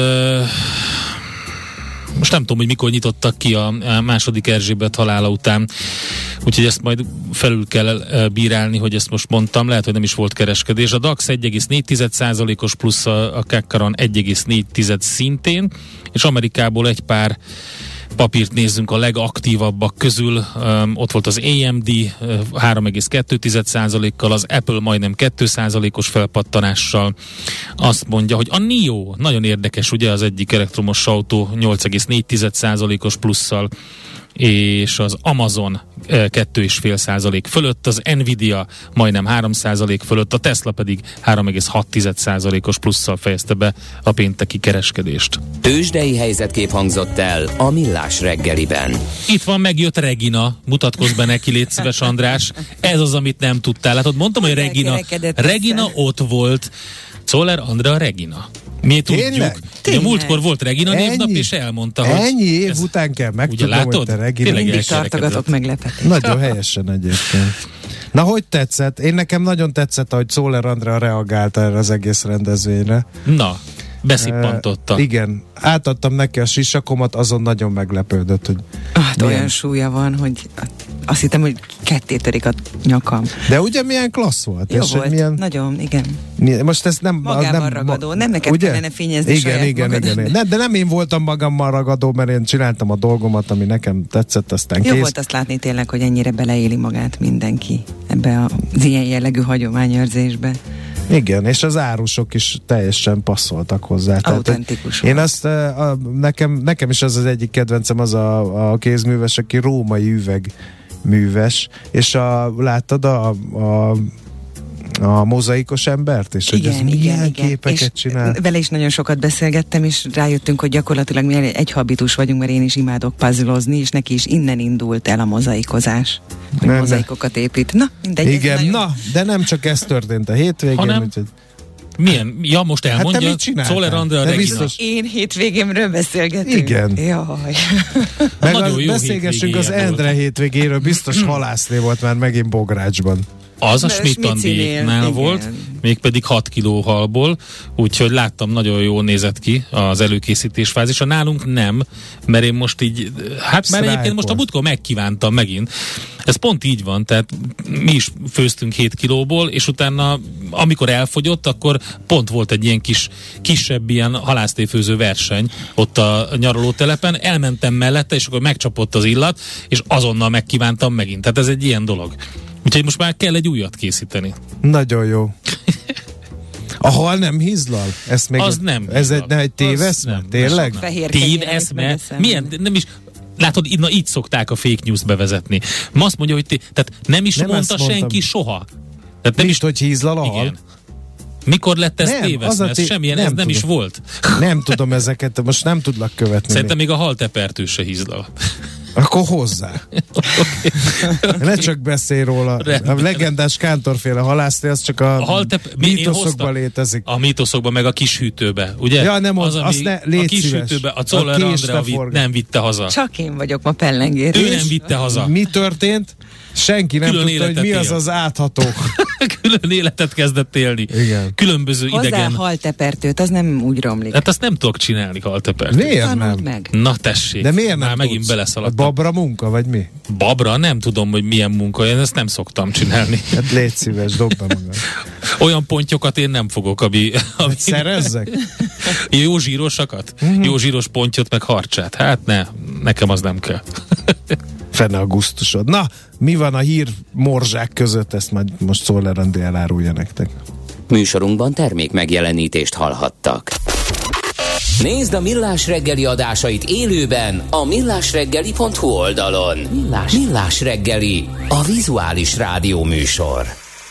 most nem tudom, hogy mikor nyitottak ki a második Erzsébet halála után, úgyhogy ezt majd felül kell bírálni, hogy ezt most mondtam, lehet, hogy nem is volt kereskedés. A DAX egy egész négy százalékos plusz, a Kekkaron egy egész négy szintén, és Amerikából egy pár papírt nézzünk a legaktívabbak közül. Um, ott volt az á em dé uh, három egész kettő százalékkal, az Apple majdnem két százalékos felpattanással. Azt mondja, hogy a en i o nagyon érdekes, ugye az egyik elektromos autó nyolc egész négy százalékos plusszal, és az Amazon két egész öt százalék fölött, az Nvidia majdnem három százalék fölött, a Tesla pedig három egész hat százalékos plusszal fejezte be a pénteki kereskedést. Tőzsdei helyzetkép hangzott el a Millás reggeliben. Itt van, megjött Regina, mutatkozz be neki, légy szíves, András. Ez az, amit nem tudtál. Látod, mondtam, hogy Regina, Regina ott volt. Czoller Andrea Regina. Mi tudjuk. Ugye múltkor volt Regina névnap, és elmondta, hogy... Ennyi év ez, után kell megtudnom, hogy te Regina. Mindig tartogatok meglepetést. Nagyon helyesen egyébként. Na, hogy tetszett? Én nekem nagyon tetszett, ahogy Czoller Andrea reagált erre az egész rendezvényre. Na, beszippantotta. Uh, igen, átadtam neki a sisakomat, azon nagyon meglepődött, hogy... Hát milyen... olyan súlya van, hogy azt hittem, hogy ketté törik a nyakam. De ugye milyen klassz volt? Jó és volt, milyen... nagyon, igen. Most ez nem... Magával nem, ragadó, nem neked ugye? Kellene fényezni igen, saját igen, magad. Igen, igen. De nem én voltam magammal ragadó, mert én csináltam a dolgomat, ami nekem tetszett, aztán jó kész. volt azt látni tényleg, hogy ennyire beleéli magát mindenki ebbe az ilyen jellegű hagyományőrzésbe. Igen, és az árusok is teljesen passzoltak hozzá. Autentikus. Én azt, a, nekem, nekem is az az egyik kedvencem, az a, a kézműves, aki római üvegműves, és a, láttad a, a a mozaikos embert, és igen, hogy ez igen, milyen igen. képeket és csinál. Vele is nagyon sokat beszélgettem, és rájöttünk, hogy gyakorlatilag mi egy habitus vagyunk, mert én is imádok puzzlozni, és neki is innen indult el a mozaikozás, hogy nem, mozaikokat épít. Na, mindegy. Igen, na, de nem csak ez történt a hétvégén, hanem úgyhogy... Milyen? Ja, most elmondja. Hát Czoller Andrea Regina. Biztos... Én hétvégémről beszélgetünk. Igen. Jaj. Meg az, beszélgessünk az Endre hétvégéről, biztos halászné volt már megint Bográcsban. Az a Schmidt-Andéknál volt, mégpedig hat kiló halból, úgyhogy láttam, nagyon jól nézett ki az előkészítés fázisa. Nálunk nem, mert én most így, hát már egyébként most a múltkor megkívántam megint. Ez pont így van, tehát mi is főztünk hét kilóból, és utána, amikor elfogyott, akkor pont volt egy ilyen kis, kisebb ilyen halásztéfőző verseny ott a nyaralótelepen, elmentem mellette, és akkor megcsapott az illat, és azonnal megkívántam megint. Tehát ez egy ilyen dolog. Úgyhogy most már kell egy újat készíteni. Nagyon jó. A hal nem hízlal? Ezt még az nem. Ez egy, nem egy téveszme? Tényleg? Téveszme? Milyen? Nem is... Látod, na, így szokták a fake news bevezetni. Ma azt mondja, hogy té- tehát nem is nem mondta senki mondtam. Soha. Tehát nem Nincs, is, hogy hízlal a hal? Igen. Mikor lett ez nem, téveszme? Ez té- semmilyen, nem ez nem tudom. Is volt. Nem tudom ezeket, most nem tudlak követni. Szerintem még a haltepertő se hízlal. Akkor hozzá. Okay. Ne csak beszélj róla. Rendben. A legendás kántorféle halászté, az csak a, a haltep- mítoszokban létezik. A mítoszokban, meg a kis hűtőbe, ugye? Ja, nem az, az ne, légy a kis szíves. Hűtőbe, a Czoller Andrea vitt, nem vitte haza. Csak én vagyok ma pellengérés. Ő nem vitte haza. Mi történt? Senki nem Külön tudta, hogy mi életet az él. az átható. Külön életet kezdett élni. Igen. Különböző Hozzá idegen. haltepertőt, az nem úgy romlik. Hát azt nem tudok csinálni, haltepert. Miért Tanuld nem? meg. Na tessék. De miért nem Már megint tudsz? beleszaladtam. Babra munka, vagy mi? Babra? Nem tudom, hogy milyen munka. Én ezt nem szoktam csinálni. Hát légy szíves, dobd be magad. Olyan pontyokat én nem fogok, ami... ami Szerezzek? Jó zsírosakat? Uh-huh. Jó zsíros pontyot, meg harcsát. Hát ne, nekem az nem kell. Fene a gusztusod. Na, mi van a hír morzsák között? Ezt majd most Szoller Andi elárulja nektek. Műsorunkban termék megjelenítést hallhattak. Nézd a Millás reggeli adásait élőben a millásreggeli pont hu oldalon. Millás, Millás reggeli, a vizuális rádió műsor.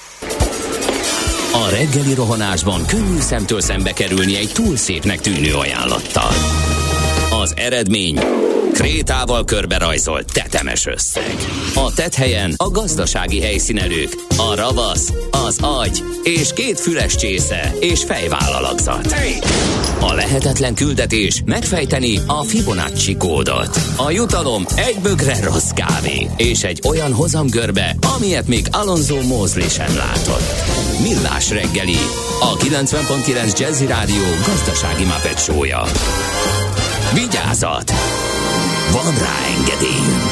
A reggeli rohanásban könnyű szemtől szembe kerülni egy túl szépnek tűnő ajánlattal. Az eredmény krétával körberajzolt tetemes összeg. A tetthelyen a gazdasági helyszínelők, a ravasz, az agy és két füles csésze és fejvállalakzat. A lehetetlen küldetés megfejteni a Fibonacci kódot. A jutalom egy bögre rossz kávé és egy olyan hozamgörbe, amilyet még Alonso Mosley sem látott. Millás reggeli, a kilencven pont kilenc Jazzy Rádió gazdasági Muppet show-ja. Vigyázat! Van rá engedélyünk!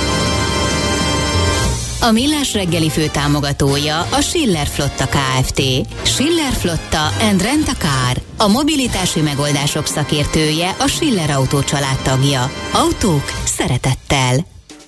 A Millás reggeli főtámogatója a Schiller Flotta Kft. Schiller Flotta and Rent a Car. A mobilitási megoldások szakértője, a Schiller Autó család tagja. Autók szeretettel.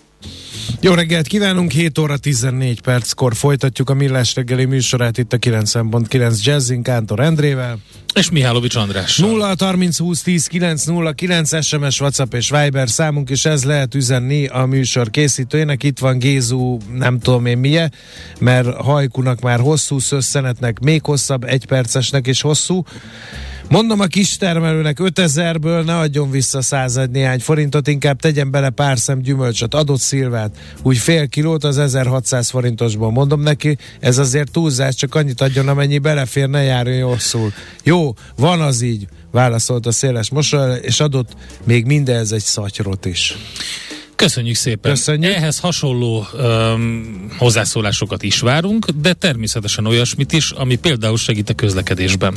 Jó reggelt kívánunk, hét óra tizennégy perckor folytatjuk a Millás reggeli műsorát itt a kilencven pont kilenc Jazzin Kántor Endrével. És Mihálovics András. nulla harminc húsz tíz kilenc nulla kilenc es em es, WhatsApp és Viber számunk, és ez lehet üzenni a műsor készítőjének. Itt van Gézu, nem tudom én milyen, mert Hajkunak már hosszú, Szösszenetnek még hosszabb, egypercesnek is hosszú. Mondom a kistermelőnek, ötezerből ne adjon vissza század néhány forintot, inkább tegyen bele pár szem gyümölcsöt, adott Szilvát, úgy fél kilót az ezerhatszáz forintosból. Mondom neki, ez azért túlzás, csak annyit adjon, amennyi belefér, ne járjon rosszul. Jó, van az így, válaszolt a széles mosolyal, és adott még mindez egy szatyrot is. Köszönjük szépen. Köszönjük. Ehhez hasonló um, hozzászólásokat is várunk, de természetesen olyasmit is, ami például segít a közlekedésben.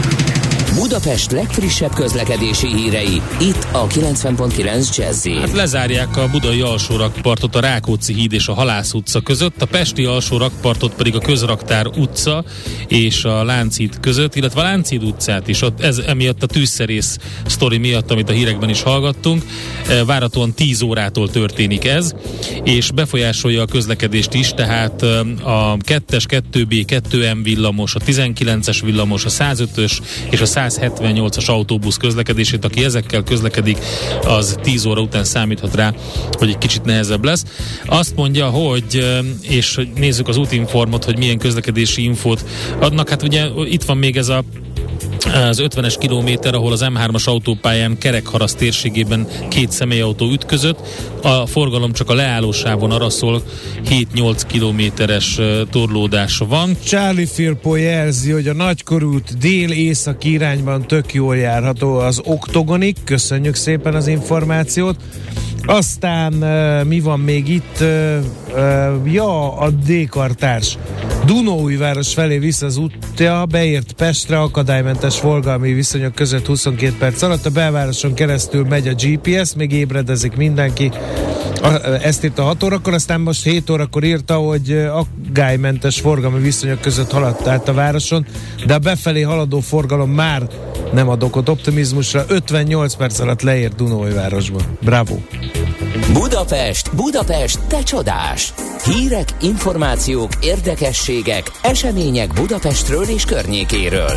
Budapest legfrissebb közlekedési hírei, itt a kilencven pont kilenc Jazzy. Hát lezárják a budai alsó rakpartot a Rákóczi híd és a Halász utca között, a pesti alsó rakpartot pedig a Közraktár utca és a Lánchíd között, illetve a Lánchíd utcát is, ott ez emiatt a tűzszerész sztori miatt, amit a hírekben is hallgattunk, várhatóan tíz órától történik ez, és befolyásolja a közlekedést is, tehát a kettes, kettő bé, kettő em villamos, a tizenkilences villamos, a százötös és a százhetvennyolcas autóbusz közlekedését, aki ezekkel közlekedik, az tíz óra után számíthat rá, hogy egy kicsit nehezebb lesz. Azt mondja, hogy, és nézzük az útinformot, hogy milyen közlekedési infót adnak, hát ugye itt van még ez a az ötvenes kilométer, ahol az em hármas autópályán Kerekharaszt térségében két személyautó ütközött. A forgalom csak a leállósávon arra szól, hét-nyolc kilométeres torlódás van. Charlie Firpo jelzi, hogy a Nagykörút dél-észak irányban tök jól járható az oktogonig. Köszönjük szépen az információt. Aztán uh, mi van még itt? Uh, uh, ja, a D-kartárs Dunaújváros felé vissza az útja, beért Pestre, akadálymentes forgalmi viszonyok között huszonkét perc alatt. A belvároson keresztül megy a gé pé es, még ébredezik mindenki. A, ezt írta hat órakor, aztán most hét órakor írta, hogy aggálymentes forgalmi viszonyok között haladt át a városon, de a befelé haladó forgalom már nem ad okot optimizmusra. ötvennyolc perc alatt leért Dunaújvárosba. Bravo! Budapest, Budapest, te csodás! Hírek, információk, érdekességek, események Budapestről és környékéről.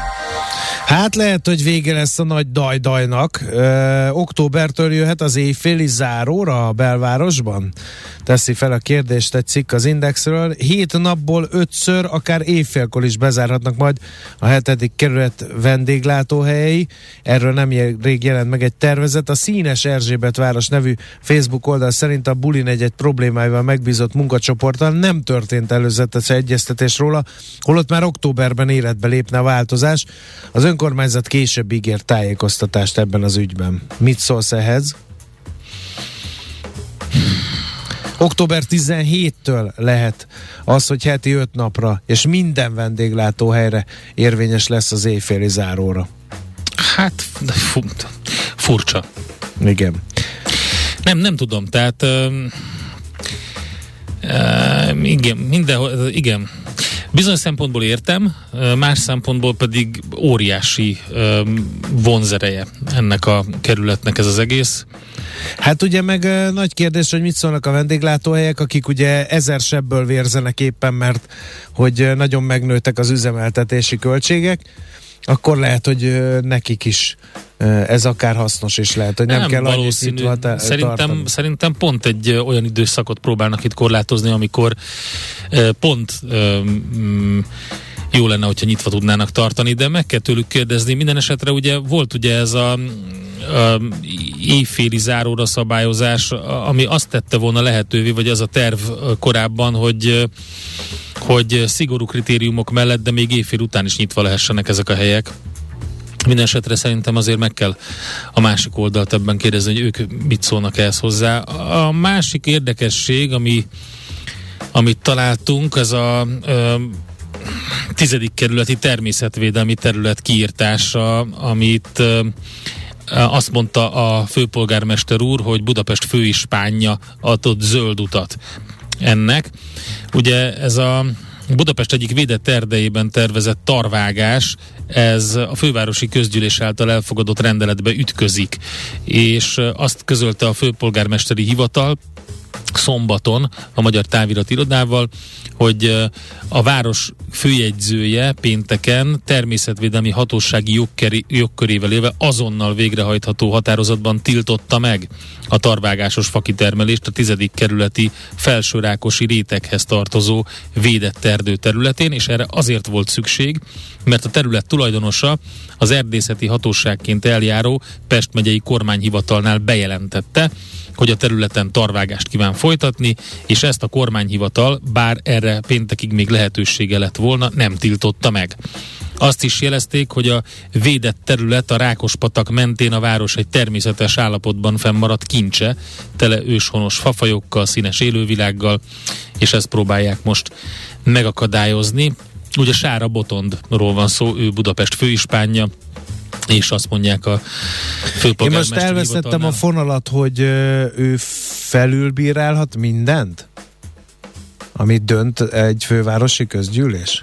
Hát lehet, hogy vége lesz a nagy daj-dajnak. Ö, októbertől jöhet az éjféli záróra a belvárosban? Teszi fel a kérdést egy cikk az Indexről. Hét napból ötször, akár éjfélkor is bezárhatnak majd a hetedik kerület vendéglátóhelyei. Erről nem rég jelent meg egy tervezet. A Színes Erzsébet város nevű Facebook oldal szerint a Buli negyed problémáival megbízott munkacsoporttal nem történt előzetes egyeztetés róla, holott már októberben életbe lépne a változás. Az önkormányzat később ígért tájékoztatást ebben az ügyben. Mit szólsz ehhez? október tizenhétedikétől lehet az, hogy heti öt napra, és minden vendéglátóhelyre érvényes lesz az éjféli záróra. Hát, fu, furcsa. Igen. Nem, nem tudom, tehát uh, uh, igen, mindenhol, igen. Bizonyos szempontból értem, más szempontból pedig óriási um, vonzereje ennek a kerületnek ez az egész. Hát ugye meg uh, nagy kérdés, hogy mit szólnak a vendéglátóhelyek, akik ugye ezer sebből vérzenek éppen, mert hogy uh, nagyon megnőttek az üzemeltetési költségek, akkor lehet, hogy uh, nekik is uh, ez akár hasznos is lehet, hogy nem, nem kell annyit nyitva ta- szerintem, szerintem pont egy uh, olyan időszakot próbálnak itt korlátozni, amikor uh, pont um, jó lenne, hogyha nyitva tudnának tartani, de meg kell tőlük kérdezni. Minden esetre ugye volt ugye ez a, a éjféli záróra szabályozás, ami azt tette volna lehetővé, vagy az a terv korábban, hogy hogy szigorú kritériumok mellett, de még éjfél után is nyitva lehessenek ezek a helyek. Minden esetre szerintem azért meg kell a másik oldalt ebben kérdezni, hogy ők mit szólnak ehhez hozzá. A másik érdekesség, ami, amit találtunk, ez a ö, tizedik kerületi természetvédelmi terület kiírtása, amit ö, azt mondta a főpolgármester úr, hogy Budapest főispánja adott zöld utat ennek. Ugye ez a Budapest egyik védett erdejében tervezett tarvágás, ez a fővárosi közgyűlés által elfogadott rendeletbe ütközik, és azt közölte a főpolgármesteri hivatal szombaton a Magyar Távirat Irodával, hogy a város főjegyzője pénteken természetvédelmi hatósági jogkeri, jogkörével élve azonnal végrehajtható határozatban tiltotta meg a tarvágásos fakitermelést a tizedik kerületi felsőrákosi réteghez tartozó védett erdő területén, és erre azért volt szükség, mert a terület tulajdonosa az erdészeti hatóságként eljáró Pest megyei kormányhivatalnál bejelentette, hogy a területen tarvágást kíván folytatni, és ezt a kormányhivatal, bár erre péntekig még lehetősége lett volna, nem tiltotta meg. Azt is jelezték, hogy a védett terület a Rákospatak mentén a város egy természetes állapotban fennmaradt kincse, tele őshonos fafajokkal, színes élővilággal, és ezt próbálják most megakadályozni. Ugye Sára Botondról van szó, ő Budapest főispánja, és azt mondják a főpolgármester. Én most elveszettem a fonalat, hogy ő felülbírálhat mindent, amit dönt egy fővárosi közgyűlés?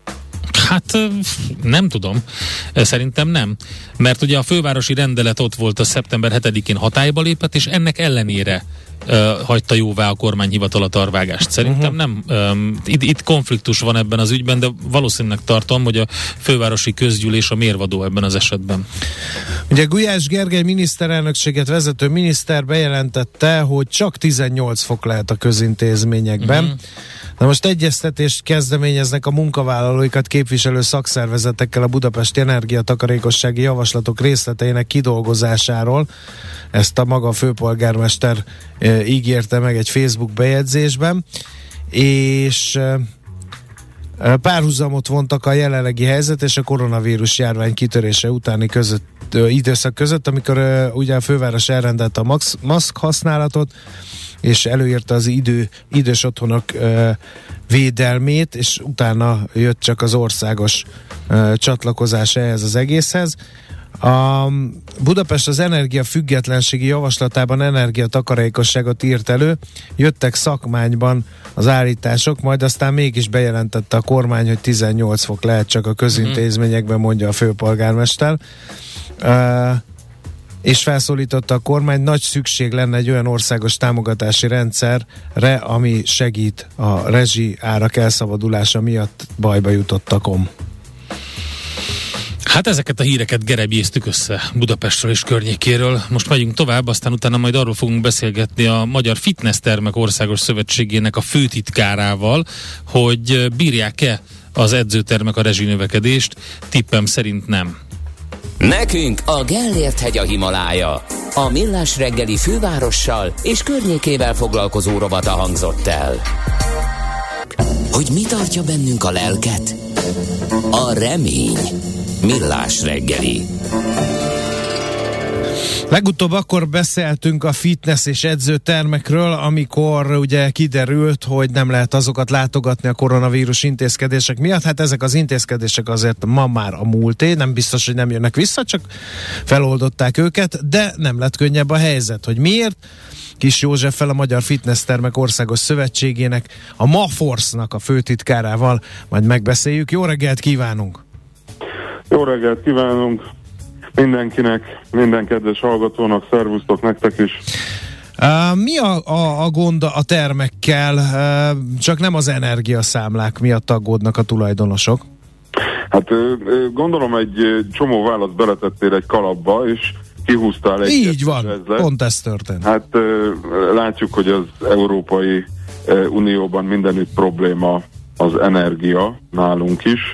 Hát nem tudom. Szerintem nem. Mert ugye a fővárosi rendelet ott volt a szeptember hetedikén hatályba lépett, és ennek ellenére uh, hagyta jóvá a kormányhivatal a tarvágást. Szerintem uh-huh. nem. Um, itt, itt konfliktus van ebben az ügyben, de valószínűleg tartom, hogy a fővárosi közgyűlés a mérvadó ebben az esetben. Ugye Gulyás Gergely miniszterelnökséget vezető miniszter bejelentette, hogy csak tizennyolc fok lehet a közintézményekben. Uh-huh. Na most egyeztetést kezdeményeznek a munkavállalóikat képviselő szakszervezetekkel a budapesti energiatakarékossági javaslatok részleteinek kidolgozásáról. Ezt a maga főpolgármester e, ígérte meg egy Facebook bejegyzésben, és e, párhuzamot vontak a jelenlegi helyzet és a koronavírus járvány kitörése utáni között, e, időszak között, amikor e, ugye a főváros elrendelte a max, maszk használatot, és előírta az idő, idős otthonok ö, védelmét, és utána jött csak az országos ö, csatlakozás ehhez az egészhez. A Budapest az energiafüggetlenségi javaslatában energiatakarékosságot írt elő, jöttek szakmányban az állítások, majd aztán mégis bejelentette a kormány, hogy tizennyolc fok lehet csak a közintézményekben, mondja a főpolgármester. Ö, és felszólította a kormány, nagy szükség lenne egy olyan országos támogatási rendszerre, ami segít a rezsi árak elszabadulása miatt bajba jutottakon. Hát ezeket a híreket gerebjéztük össze Budapestről és környékéről. Most megyünk tovább, aztán utána majd arról fogunk beszélgetni a Magyar Fitness Termek Országos Szövetségének a főtitkárával, hogy bírják-e az edzőtermek a rezsinövekedést. Tippem szerint nem. Nekünk a Gellért-hegy a Himalája. A Millás reggeli fővárossal és környékével foglalkozó rovata hangzott el. Hogy mi tartja bennünk a lelket? A remény. Millás reggeli. Legutóbb akkor beszéltünk a fitness és edzőtermekről, amikor ugye kiderült, hogy nem lehet azokat látogatni a koronavírus intézkedések miatt. Hát ezek az intézkedések azért ma már a múlté, nem biztos, hogy nem jönnek vissza, csak feloldották őket, de nem lett könnyebb a helyzet. Hogy miért? Kis Józseffel, a Magyar Fitnesstermek Országos Szövetségének, a MAFORSZ-nak a főtitkárával majd megbeszéljük. Jó reggelt kívánunk! Jó reggelt kívánunk mindenkinek, minden kedves hallgatónak, szervusztok nektek is! Uh, mi a, a, a gond a termekkel? Uh, csak nem az energiaszámlák miatt aggódnak a tulajdonosok? Hát gondolom egy csomó választ beletettél egy kalapba, és kihúztál egy... Így van, ezzel. Pont ez történt. Hát látjuk, hogy az Európai Unióban mindenütt probléma az energia, nálunk is.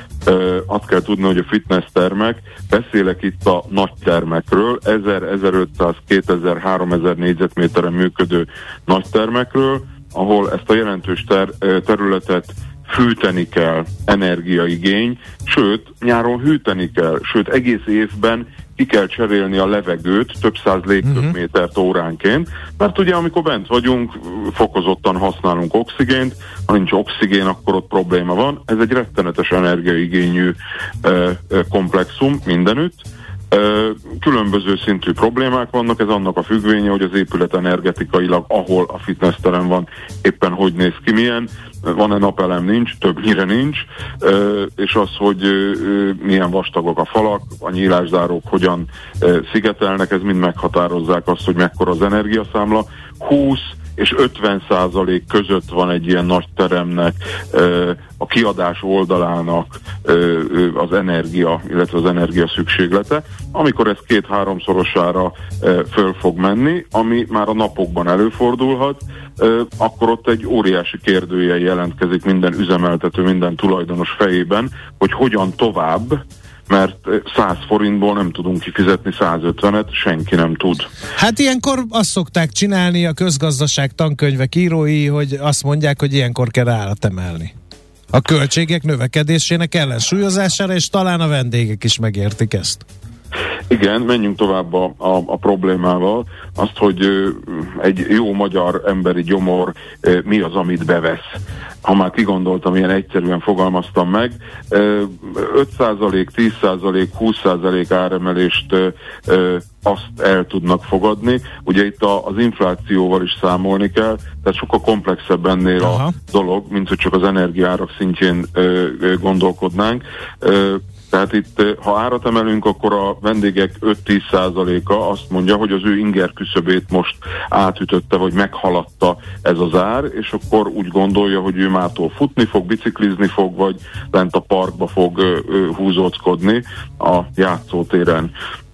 Azt kell tudni, hogy a fitness termek, beszélek itt a nagy termekről, ezer, ezerötszáz, kétezer, háromezer négyzetméteren működő nagy termekről, ahol ezt a jelentős ter- területet fűteni kell, energiaigény, sőt, nyáron hűteni kell, sőt, egész évben ki kell cserélni a levegőt több száz légköbmétert óránként, mert ugye amikor bent vagyunk, fokozottan használunk oxigént, ha nincs oxigén, akkor ott probléma van. Ez egy rettenetes energiaigényű ö, ö, komplexum mindenütt. Ö, különböző szintű problémák vannak, ez annak a függvénye, hogy az épület energetikailag, ahol a fitnessterem van, éppen hogy néz ki, milyen. Van-e napelem? Nincs, többnyire nincs, ö, és az, hogy ö, milyen vastagok a falak, a nyílászárók hogyan ö, szigetelnek, ez mind meghatározzák azt, hogy mekkora az energiaszámla. húsz és ötven százalék között van egy ilyen nagy teremnek ö, a kiadás oldalának ö, ö, az energia, illetve az energia szükséglete. Amikor ez két-háromszorosára ö, föl fog menni, ami már a napokban előfordulhat, ö, akkor ott egy óriási kérdőjel jelentkezik minden üzemeltető, minden tulajdonos fejében, hogy hogyan tovább, mert száz forintból nem tudunk kifizetni százötvenet, senki nem tud. Hát ilyenkor azt szokták csinálni a közgazdaság tankönyvek írói, hogy azt mondják, hogy ilyenkor kell árat emelni. A költségek növekedésének ellensúlyozására, és talán a vendégek is megértik ezt. Igen, menjünk tovább a, a, a problémával. Azt, hogy ö, egy jó magyar emberi gyomor ö, mi az, amit bevesz. Ha már kigondoltam, ilyen egyszerűen fogalmaztam meg, ö, öt százalék, tíz százalék, húsz százalék áremelést ö, ö, azt el tudnak fogadni. Ugye itt a, az inflációval is számolni kell, tehát sokkal komplexebb ennél Aha. a dolog, mint hogy csak az energiaárak szintjén ö, ö, gondolkodnánk. Ö, Tehát itt, ha árat emelünk, akkor a vendégek öt-tíz százaléka azt mondja, hogy az ő inger küszöbét most átütötte, vagy meghaladta ez az ár, és akkor úgy gondolja, hogy ő mától futni fog, biciklizni fog, vagy lent a parkba fog ö, ö, húzóckodni a játszótéren.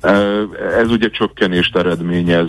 Ez ugye csökkenést eredményez.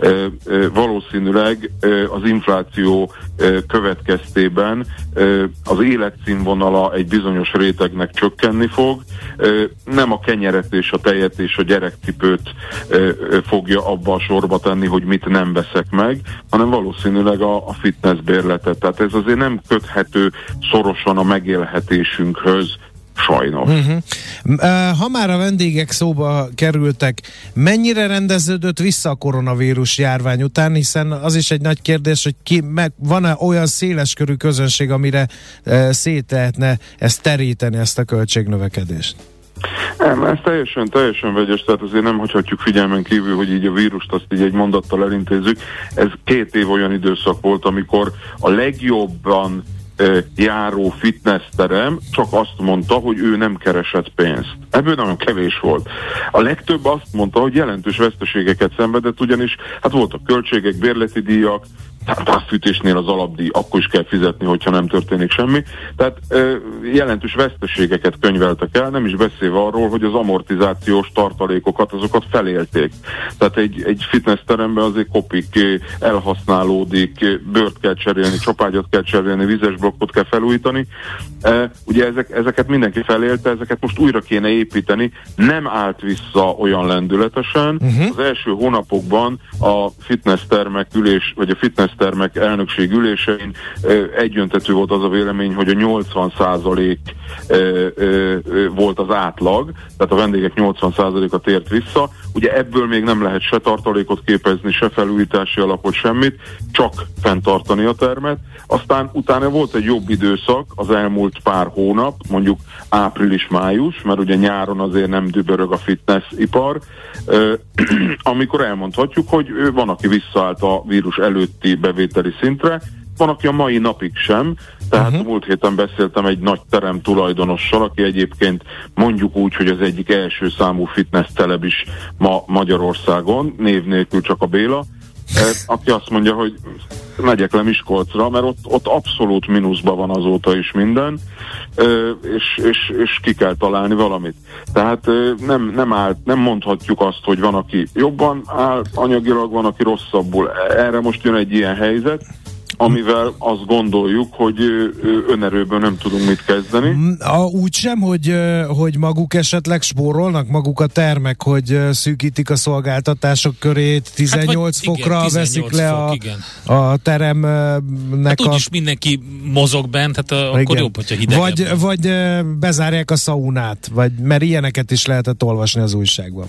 Valószínűleg az infláció következtében az életszínvonala egy bizonyos rétegnek csökkenni fog. Nem a kenyeret és a tejet és a gyerekcipőt fogja abba a sorba tenni, hogy mit nem veszek meg, hanem valószínűleg a, a fitness bérletet. Tehát ez azért nem köthető szorosan a megélhetésünkhöz, sajnos. Uh-huh. Ha már a vendégek szóba kerültek, mennyire rendeződött vissza a koronavírus járvány után, hiszen az is egy nagy kérdés, hogy ki, meg, van-e olyan széleskörű közönség, amire e, szét lehetne ezt teríteni, ezt a költségnövekedést? Nem, ez teljesen, teljesen vegyes, tehát azért nem hagyhatjuk figyelmen kívül, hogy így a vírust azt így egy mondattal elintézzük. Ez két év olyan időszak volt, amikor a legjobban járó fitnessterem csak azt mondta, hogy ő nem keresett pénzt. Ebből nagyon kevés volt. A legtöbb azt mondta, hogy jelentős veszteségeket szenvedett, ugyanis hát voltak költségek, bérleti díjak, távfűtésnél az alapdíj akkor is kell fizetni, hogyha nem történik semmi. Tehát ö, jelentős veszteségeket könyveltek el, nem is beszélve arról, hogy az amortizációs tartalékokat, azokat felélték. Tehát egy, egy fitnessteremben azért kopik, elhasználódik, bőrt kell cserélni, csapágyat kell cserélni, vizes blokkot kell felújítani. E, ugye ezek, ezeket mindenki felélte, ezeket most újra kéne építeni. Nem állt vissza olyan lendületesen. Uh-huh. Az első hónapokban a fitnesstermek ülés, vagy a fitness termek elnökség ülésein egyöntetű volt az a vélemény, hogy a nyolcvan százalék volt az átlag, tehát a vendégek nyolcvan százaléka tért vissza, ugye ebből még nem lehet se tartalékot képezni, se felújítási alapot, semmit, csak fenntartani a termet. Aztán utána volt egy jobb időszak, az elmúlt pár hónap, mondjuk április-május, mert ugye nyáron azért nem dübörög a fitnessipar, amikor elmondhatjuk, hogy van, aki visszaállt a vírus előtti bevételi szintre, van, aki a mai napig sem, tehát uh-huh. múlt héten beszéltem egy nagy terem tulajdonossal, aki egyébként mondjuk úgy, hogy az egyik első számú fitness celeb is ma Magyarországon, név nélkül csak a Béla, aki azt mondja, hogy megyek le Miskolcra, mert ott, ott abszolút mínuszban van azóta is minden, és, és, és ki kell találni valamit. Tehát nem, nem, áll, nem mondhatjuk azt, hogy van, aki jobban áll anyagilag, van, aki rosszabbul. Erre most jön egy ilyen helyzet, amivel azt gondoljuk, hogy önerőből nem tudunk mit kezdeni. A, úgy sem, hogy, hogy maguk esetleg spórolnak, maguk a termek, hogy szűkítik a szolgáltatások körét, tizennyolc hát, fokra igen, tizennyolc veszik le fok, a, a teremnek hát a... úgyis mindenki mozog bent, tehát akkor igen. jobb, hogyha hidegebb. Vagy, vagy bezárják a szaunát, vagy, mert ilyeneket is lehetett olvasni az újságban.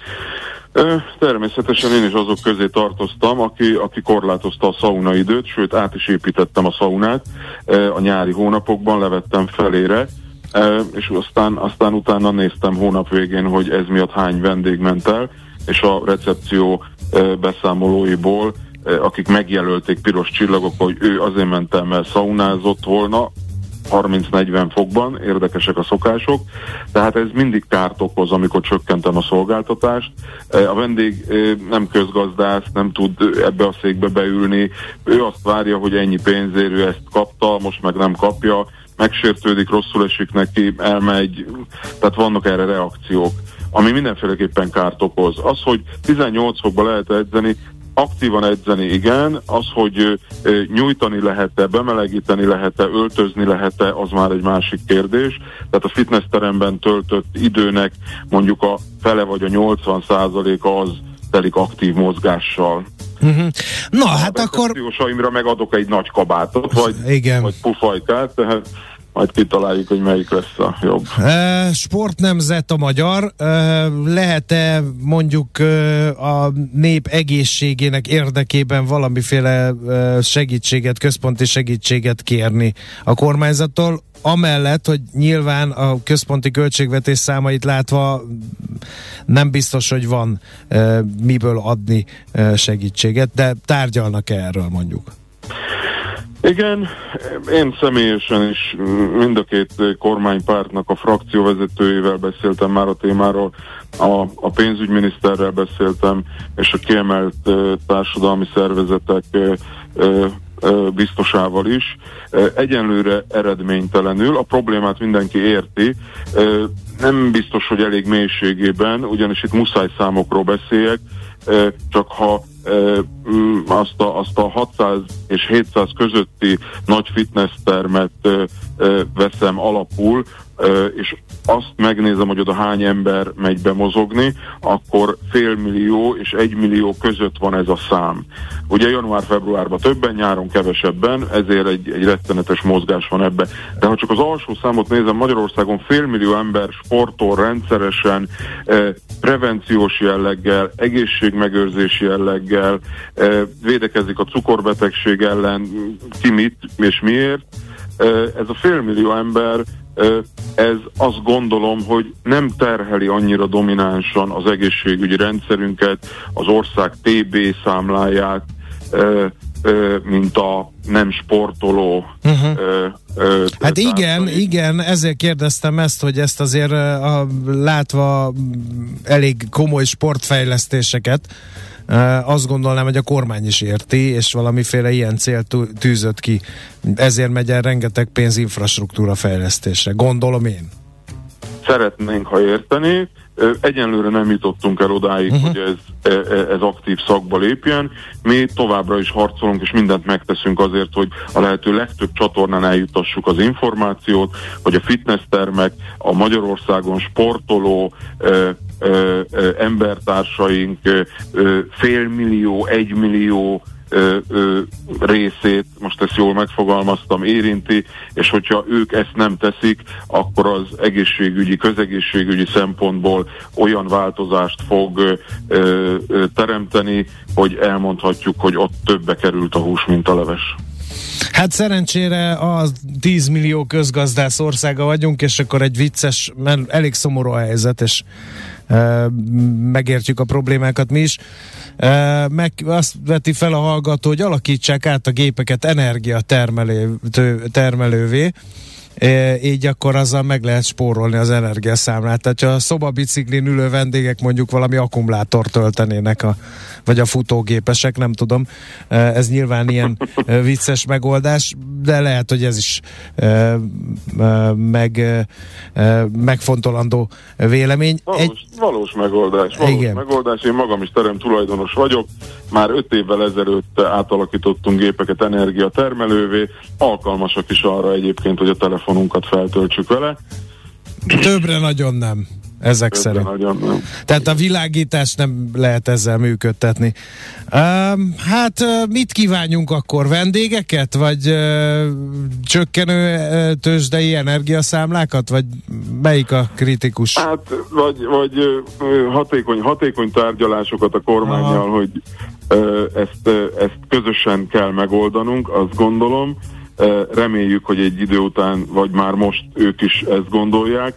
Természetesen én is azok közé tartoztam, aki, aki korlátozta a szaunaidőt, sőt át is építettem a szaunát a nyári hónapokban, levettem felére, és aztán, aztán utána néztem hónap végén, hogy ez miatt hány vendég ment el, és a recepció beszámolóiból, akik megjelölték piros csillagokkal, hogy ő azért ment el, mert szaunázott volna, harminc-negyven fokban, érdekesek a szokások, tehát ez mindig kárt okoz, amikor csökkentem a szolgáltatást. A vendég nem közgazdász, nem tud ebbe a székbe beülni, ő azt várja, hogy ennyi pénzért ő ezt kapta, most meg nem kapja, megsértődik, rosszul esik neki, elmegy, tehát vannak erre reakciók, ami mindenféleképpen kárt okoz. Az, hogy tizennyolc fokba lehet edzeni, aktívan edzeni, igen, az, hogy e, nyújtani lehet-e, bemelegíteni lehet-e, öltözni lehet-e, az már egy másik kérdés. Tehát a fitnessteremben töltött időnek mondjuk a fele vagy a nyolcvan százaléka az telik aktív mozgással. Uh-huh. Na, a hát akkor... A meg adok egy nagy kabátot, vagy, vagy pufajkát, tehát majd kitaláljuk, hogy melyik lesz a jobb. Uh, sportnemzet a magyar. Uh, lehet-e mondjuk uh, a nép egészségének érdekében valamiféle uh, segítséget, központi segítséget kérni a kormányzattól? Amellett, hogy nyilván a központi költségvetés számait látva nem biztos, hogy van uh, miből adni uh, segítséget, de tárgyalnak erről mondjuk? Igen, én személyesen is mind a két kormánypártnak a frakcióvezetőjével beszéltem már a témáról, a, a pénzügyminiszterrel beszéltem, és a kiemelt uh, társadalmi szervezetek uh, uh, biztosával is. Egyenlőre eredménytelenül, a problémát mindenki érti, nem biztos, hogy elég mélységében, ugyanis itt muszáj számokról beszéljek, csak ha azt a, azt a hatszáz és hétszáz közötti nagy fitness termet veszem alapul, és azt megnézem, hogy oda hány ember megy bemozogni, akkor félmillió és egymillió között van ez a szám. Ugye január-februárban többen, nyáron kevesebben, ezért egy, egy rettenetes mozgás van ebbe. De ha csak az alsó számot nézem, Magyarországon félmillió ember sportol rendszeresen, eh, prevenciós jelleggel, egészségmegőrzési jelleggel, eh, védekezik a cukorbetegség ellen, ki mit és miért. Eh, ez a félmillió ember, ez azt gondolom, hogy nem terheli annyira dominánsan az egészségügyi rendszerünket, az ország té bé számláját, mint a nem sportoló. Uh-huh. Hát igen, igen, ezért kérdeztem ezt, hogy ezt azért a, látva elég komoly sportfejlesztéseket, azt gondolnám, hogy a kormány is érti, és valamiféle ilyen cél tűzött ki. Ezért megy el rengeteg pénz infrastruktúra fejlesztésre. Gondolom én. Szeretnénk, ha értenék. Egyenlőre nem jutottunk el odáig, uh-huh. hogy ez, ez aktív szakba lépjen. Mi továbbra is harcolunk, és mindent megteszünk azért, hogy a lehető legtöbb csatornán eljutassuk az információt, hogy a fitnesstermek, a Magyarországon sportoló ö, ö, ö, embertársaink ö, félmillió, egymillió ö, ö, részét, most ezt jól megfogalmaztam, érinti, és hogyha ők ezt nem teszik, akkor az egészségügyi, közegészségügyi szempontból olyan változást fog ö, ö, teremteni, hogy elmondhatjuk, hogy ott többe került a hús, mint a leves. Hát szerencsére a tíz millió közgazdász országa vagyunk, és akkor egy vicces, mert elég szomorú a helyzet, és e, megértjük a problémákat mi is. E, meg azt veti fel a hallgató, hogy alakítsák át a gépeket energiatermelő, termelővé, E, így akkor azzal meg lehet spórolni az energiaszámlát. Tehát ha a szobabiciklin ülő vendégek mondjuk valami akkumulátort töltenének, a, vagy a futógépesek, nem tudom. E, ez nyilván ilyen e, vicces megoldás, de lehet, hogy ez is e, e, meg, e, megfontolandó vélemény. Valós, Egy... valós megoldás. Valós Igen. megoldás. Én magam is terem tulajdonos vagyok. Már öt évvel ezelőtt átalakítottunk gépeket energiatermelővé. Alkalmasak is arra egyébként, hogy a telefonunkat feltöltsük vele. Többre nagyon nem. Ezek Többre szerint. Nagyon nem. Tehát a világítást nem lehet ezzel működtetni. Um, hát uh, mit kívánjunk akkor? Vendégeket? Vagy uh, csökkenő uh, tőzsdei energiaszámlákat? Vagy melyik a kritikus? Hát, vagy, vagy uh, hatékony, hatékony tárgyalásokat a kormánnyal, Aha. hogy uh, ezt, uh, ezt közösen kell megoldanunk, azt gondolom. Uh, reméljük, hogy egy idő után, vagy már most ők is ezt gondolják.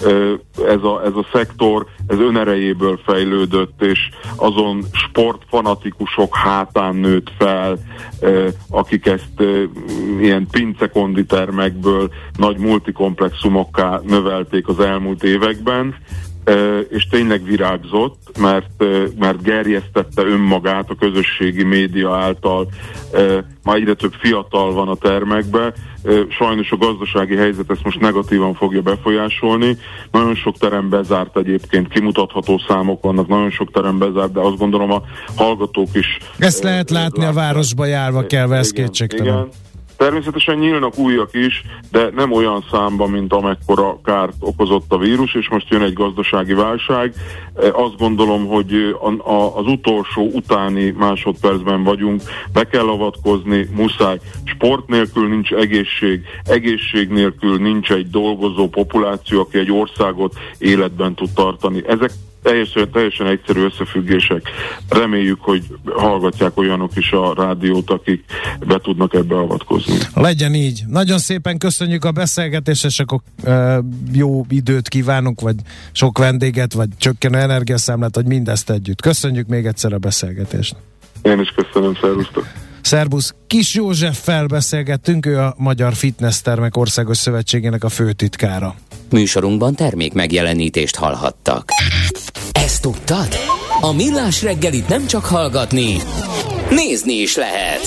Ez a, ez a szektor, ez önerejéből fejlődött, és azon sportfanatikusok hátán nőtt fel, akik ezt ilyen pincekonditermekből nagy multikomplexumokká növelték az elmúlt években, és tényleg virágzott, mert, mert gerjesztette önmagát a közösségi média által. Már egyre több fiatal van a termekben. Sajnos a gazdasági helyzet ezt most negatívan fogja befolyásolni. Nagyon sok terem bezárt egyébként, kimutatható számok vannak, nagyon sok terem bezárt, de azt gondolom a hallgatók is... Ezt lehet látni, a városba járva kell, ez kétségtelen. Természetesen nyílnak újak is, de nem olyan számban, mint amekkora kárt okozott a vírus, és most jön egy gazdasági válság. Azt gondolom, hogy a, a, az utolsó utáni másodpercben vagyunk, be kell avatkozni, muszáj. Sport nélkül nincs egészség, egészség nélkül nincs egy dolgozó populáció, aki egy országot életben tud tartani. Ezek Teljesen, teljesen egyszerű összefüggések. Reméljük, hogy hallgatják olyanok is a rádiót, akik be tudnak ebbe avatkozni. Legyen így. Nagyon szépen köszönjük a beszélgetést, és akkor e, jó időt kívánunk, vagy sok vendéget, vagy csökkenő energiaszámlát, vagy mindezt együtt. Köszönjük még egyszer a beszélgetést. Én is köszönöm, szervusztok. Szerbusz, Kis Józseffel beszélgettünk, ő a Magyar Fitness Termek Országos Szövetségének a főtitkára. Műsorunkban termék megjelenítést hallhattak. Ezt tudtad? A Millás reggelit nem csak hallgatni, nézni is lehet.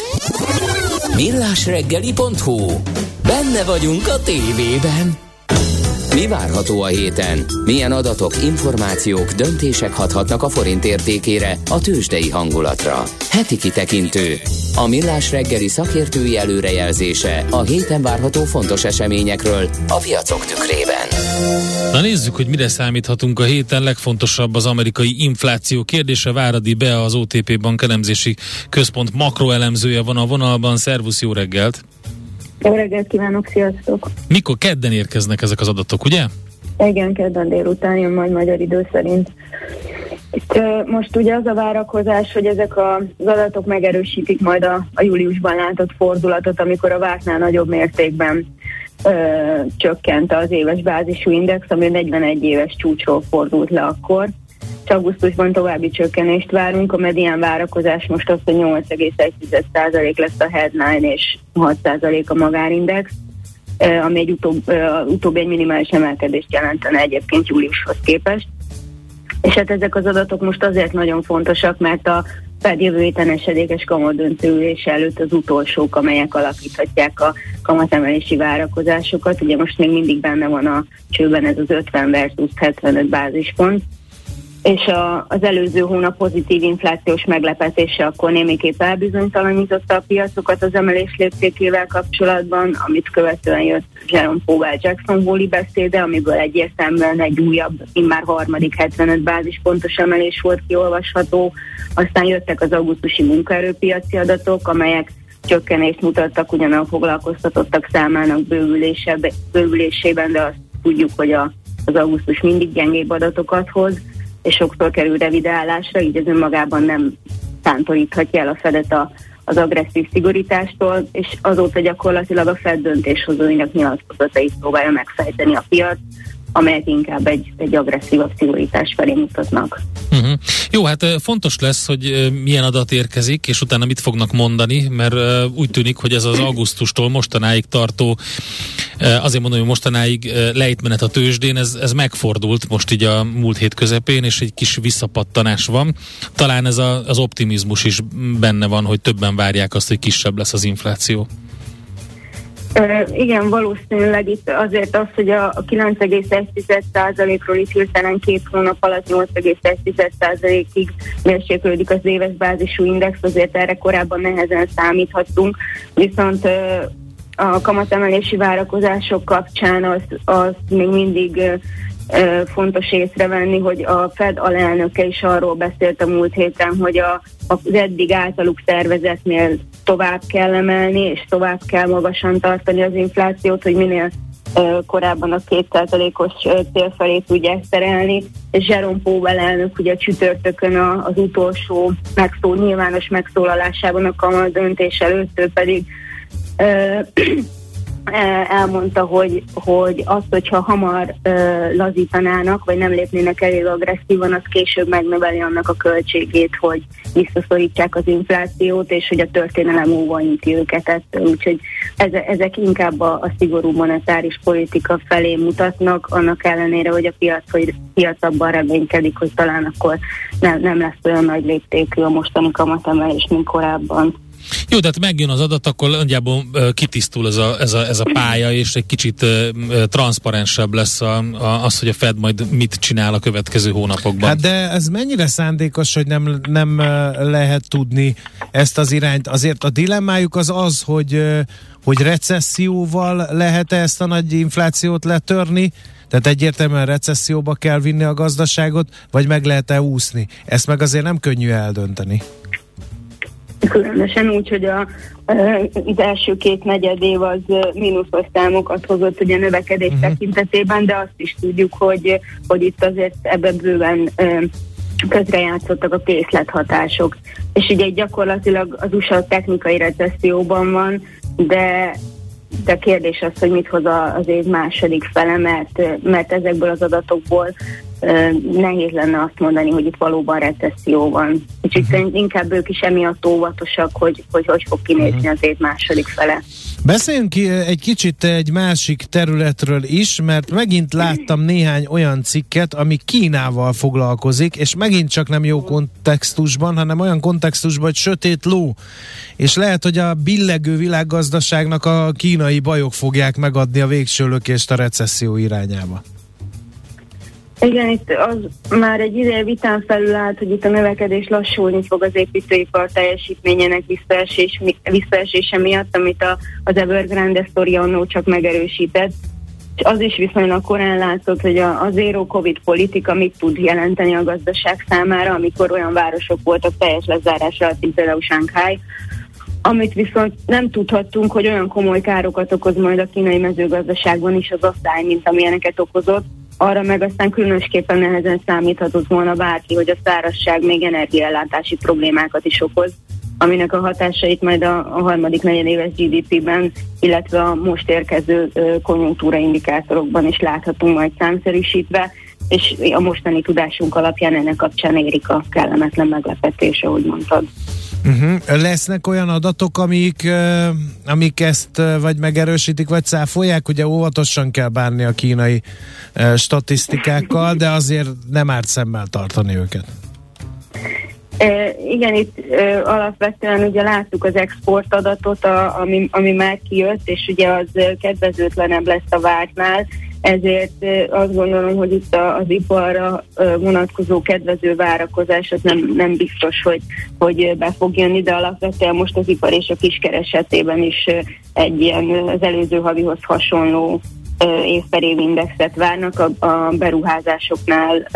millásreggeli pont hu. Benne vagyunk a tévében. Mi várható a héten? Milyen adatok, információk, döntések hathatnak a forint értékére, a tőzsdei hangulatra? Heti kitekintő. A Millás reggeli szakértői előrejelzése a héten várható fontos eseményekről a piacok tükrében. Na nézzük, hogy mire számíthatunk a héten. Legfontosabb az amerikai infláció kérdése. Váradi Bea, az o té pé Bank elemzési központ makroelemzője van a vonalban. Szervusz, jó reggelt! Jó reggelt kívánok, sziasztok! Mikor? Kedden érkeznek ezek az adatok, ugye? Igen, kedden délután jön majd magyar idő szerint. Itt, most ugye az a várakozás, hogy ezek az adatok megerősítik majd a, a júliusban látott fordulatot, amikor a vártnál nagyobb mértékben ö, csökkent az éves bázisú index, ami negyvenegy éves csúcsról fordult le akkor. És augusztusban további csökkenést várunk, a medián várakozás most az, hogy nyolc egész egy százalék lesz a headline és hat százalék a magárindex, ami egy utóbb, utóbbi egy minimális emelkedést jelentene egyébként júliushoz képest. És hát ezek az adatok most azért nagyon fontosak, mert a Fed jövő héten esedékes kamatdöntőülés előtt az utolsók, amelyek alakíthatják a kamatemelési várakozásokat. Ugye most még mindig benne van a csőben ez az ötven versus hetvenöt bázispont. és a, az előző hónap pozitív inflációs meglepetése akkor némiképp elbizonytalanította a piacokat az emelés léptékével kapcsolatban, amit követően jött Jerome Powell Jackson Hole-i beszéde, amiből egyértelműen egy újabb, immár harmadik hetvenöt bázispontos emelés volt kiolvasható. Aztán jöttek az augusztusi munkaerőpiaci adatok, amelyek csökkenést mutattak ugyan a foglalkoztatottak számának bővülésében, de azt tudjuk, hogy a, az augusztus mindig gyengébb adatokat hoz, és sokszor kerül revidálásra, így ez önmagában nem tántoríthatja el a Fedet a, az agresszív szigorítástól, és azóta gyakorlatilag a Fed döntéshozóinak nyilatkozatait próbálja megfejteni a piac, amelyek inkább egy, egy agresszívabb szigorítás felé mutatnak. Uh-huh. Jó, hát fontos lesz, hogy milyen adat érkezik, és utána mit fognak mondani, mert úgy tűnik, hogy ez az augusztustól mostanáig tartó, azért mondom, hogy mostanáig lejtmenet a tőzsdén, ez, ez megfordult most így a múlt hét közepén, és egy kis visszapattanás van. Talán ez a, az optimizmus is benne van, hogy többen várják azt, hogy kisebb lesz az infláció. Uh, igen, valószínűleg itt azért az, hogy a, a kilenc egész egy százalékról itt hirtelen két hónap alatt nyolc egész egy százalékig mérséklődik az éves bázisú index, azért erre korábban nehezen számíthattunk, viszont uh, a kamatemelési várakozások kapcsán az, az még mindig uh, fontos észrevenni, hogy a Fed alelnöke is arról beszélt a múlt héten, hogy a, az eddig általuk tervezetnél tovább kell emelni, és tovább kell magasan tartani az inflációt, hogy minél uh, korábban a két százalékos uh, cél felé tudják terelni, és Jerome Powell elnök ugye csütörtökön a, az utolsó megszól, nyilvános megszólalásában a kamat döntés előtt, ő pedig uh, elmondta, hogy, hogy azt, hogyha hamar uh, lazítanának, vagy nem lépnének elég agresszívan, az később megnöveli annak a költségét, hogy visszaszorítsák az inflációt, és hogy a történelem óva inti őket ettől. Úgyhogy eze, ezek inkább a, a szigorú monetáris politika felé mutatnak, annak ellenére, hogy a piac, hogy piac abban reménykedik, hogy talán akkor nem, nem lesz olyan nagy léptékű a mostani kamatemelés, mint korábban. Jó, tehát megjön az adat, akkor nagyjából uh, kitisztul ez a, ez, a, ez a pálya, és egy kicsit uh, transzparensebb lesz a, a, az, hogy a Fed majd mit csinál a következő hónapokban. Hát de ez mennyire szándékos, hogy nem, nem uh, lehet tudni ezt az irányt? Azért a dilemmájuk az az, hogy, uh, hogy recesszióval lehet-e ezt a nagy inflációt letörni, tehát egyértelműen recesszióba kell vinni a gazdaságot, vagy meg lehet-e úszni? Ezt meg azért nem könnyű eldönteni. Különösen úgy, hogy a, az első két negyed év az mínuszos számokat hozott ugye a növekedés uh-huh. tekintetében, de azt is tudjuk, hogy, hogy itt azért ebben bőven közrejátszottak a készlethatások. És ugye gyakorlatilag az u es á technikai recesszióban van, de de kérdés az, hogy mit hoz az év második fele, mert, mert ezekből az adatokból nehéz lenne azt mondani, hogy itt valóban recesszió van. Úgyhogy uh-huh. inkább ők is emiatt óvatosak, hogy hogy, hogy fog kinézni uh-huh. az év második fele. Beszéljünk ki egy kicsit egy másik területről is, mert megint láttam néhány olyan cikket, ami Kínával foglalkozik, és megint csak nem jó kontextusban, hanem olyan kontextusban, hogy sötét ló. És lehet, hogy a billegő világgazdaságnak a kínai bajok fogják megadni a végső lökést a recesszió irányába. Igen, itt az már egy ideje vitán felül állt, hogy itt a növekedés lassulni fog az építőipar teljesítményének visszaesés, visszaesése miatt, amit a, az Evergrande sztoria annó csak megerősített. És az is viszonylag korán látszott, hogy a, a zero covid politika mit tud jelenteni a gazdaság számára, amikor olyan városok voltak teljes lezárásra, mint például Shanghai, amit viszont nem tudhattunk, hogy olyan komoly károkat okoz majd a kínai mezőgazdaságban is az asszály, mint amilyeneket okozott. Arra meg aztán különösképpen nehezen számíthatott volna bárki, hogy a szárazság még energiaellátási problémákat is okoz, aminek a hatásait majd a, a harmadik negyedéves gé dé pében, illetve a most érkező ö, konjunktúraindikátorokban is láthatunk majd számszerűsítve, és a mostani tudásunk alapján ennek kapcsán érik a kellemetlen meglepetés, ahogy mondtad. Uh-huh. Lesznek olyan adatok, amik, uh, amik ezt uh, vagy megerősítik, vagy cáfolják? Ugye óvatosan kell bánni a kínai uh, statisztikákkal, de azért nem árt szemmel tartani őket. E, igen, itt e, alapvetően ugye láttuk az export adatot, a, ami, ami már kijött, és ugye az kedvezőtlenebb lesz a vártnál, ezért azt gondolom, hogy itt az iparra vonatkozó kedvező várakozás az nem, nem biztos, hogy, hogy be fog jönni, de alapvetően most az ipar és a kiskör is egy ilyen az előző havihoz hasonló év per év indexet várnak, a, a beruházásoknál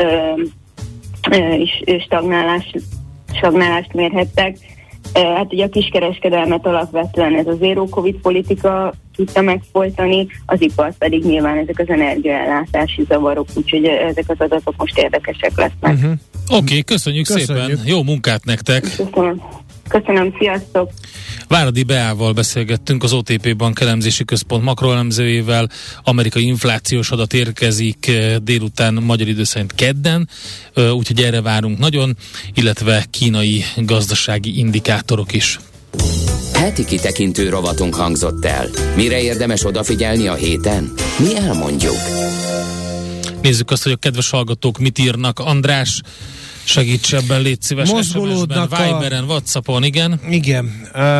is stagnálás, stagnálást mérhettek. Hát ugye a kiskereskedelmet alapvetően ez a zero covid politika tudta megfolytani, az ipar pedig nyilván ezek az energiaellátási zavarok, úgyhogy ezek az adatok most érdekesek lesznek. Uh-huh. Oké, okay, köszönjük, köszönjük szépen, jó munkát nektek! Köszönöm. Köszönöm, sziasztok! Váradi Beával beszélgettünk, az o té pé Bank elemzési központ makroelemzőjével. Amerikai inflációs adat érkezik délután magyar idő szerint kedden, úgyhogy erre várunk nagyon, illetve kínai gazdasági indikátorok is. Heti kitekintő rovatunk hangzott el. Mire érdemes odafigyelni a héten? Mi elmondjuk. Nézzük azt, hogy a kedves hallgatók mit írnak. András, segíts ebben, légy szíves. Mozgolódnak es em es-ben, Viberen, Whatsappon, igen. Igen.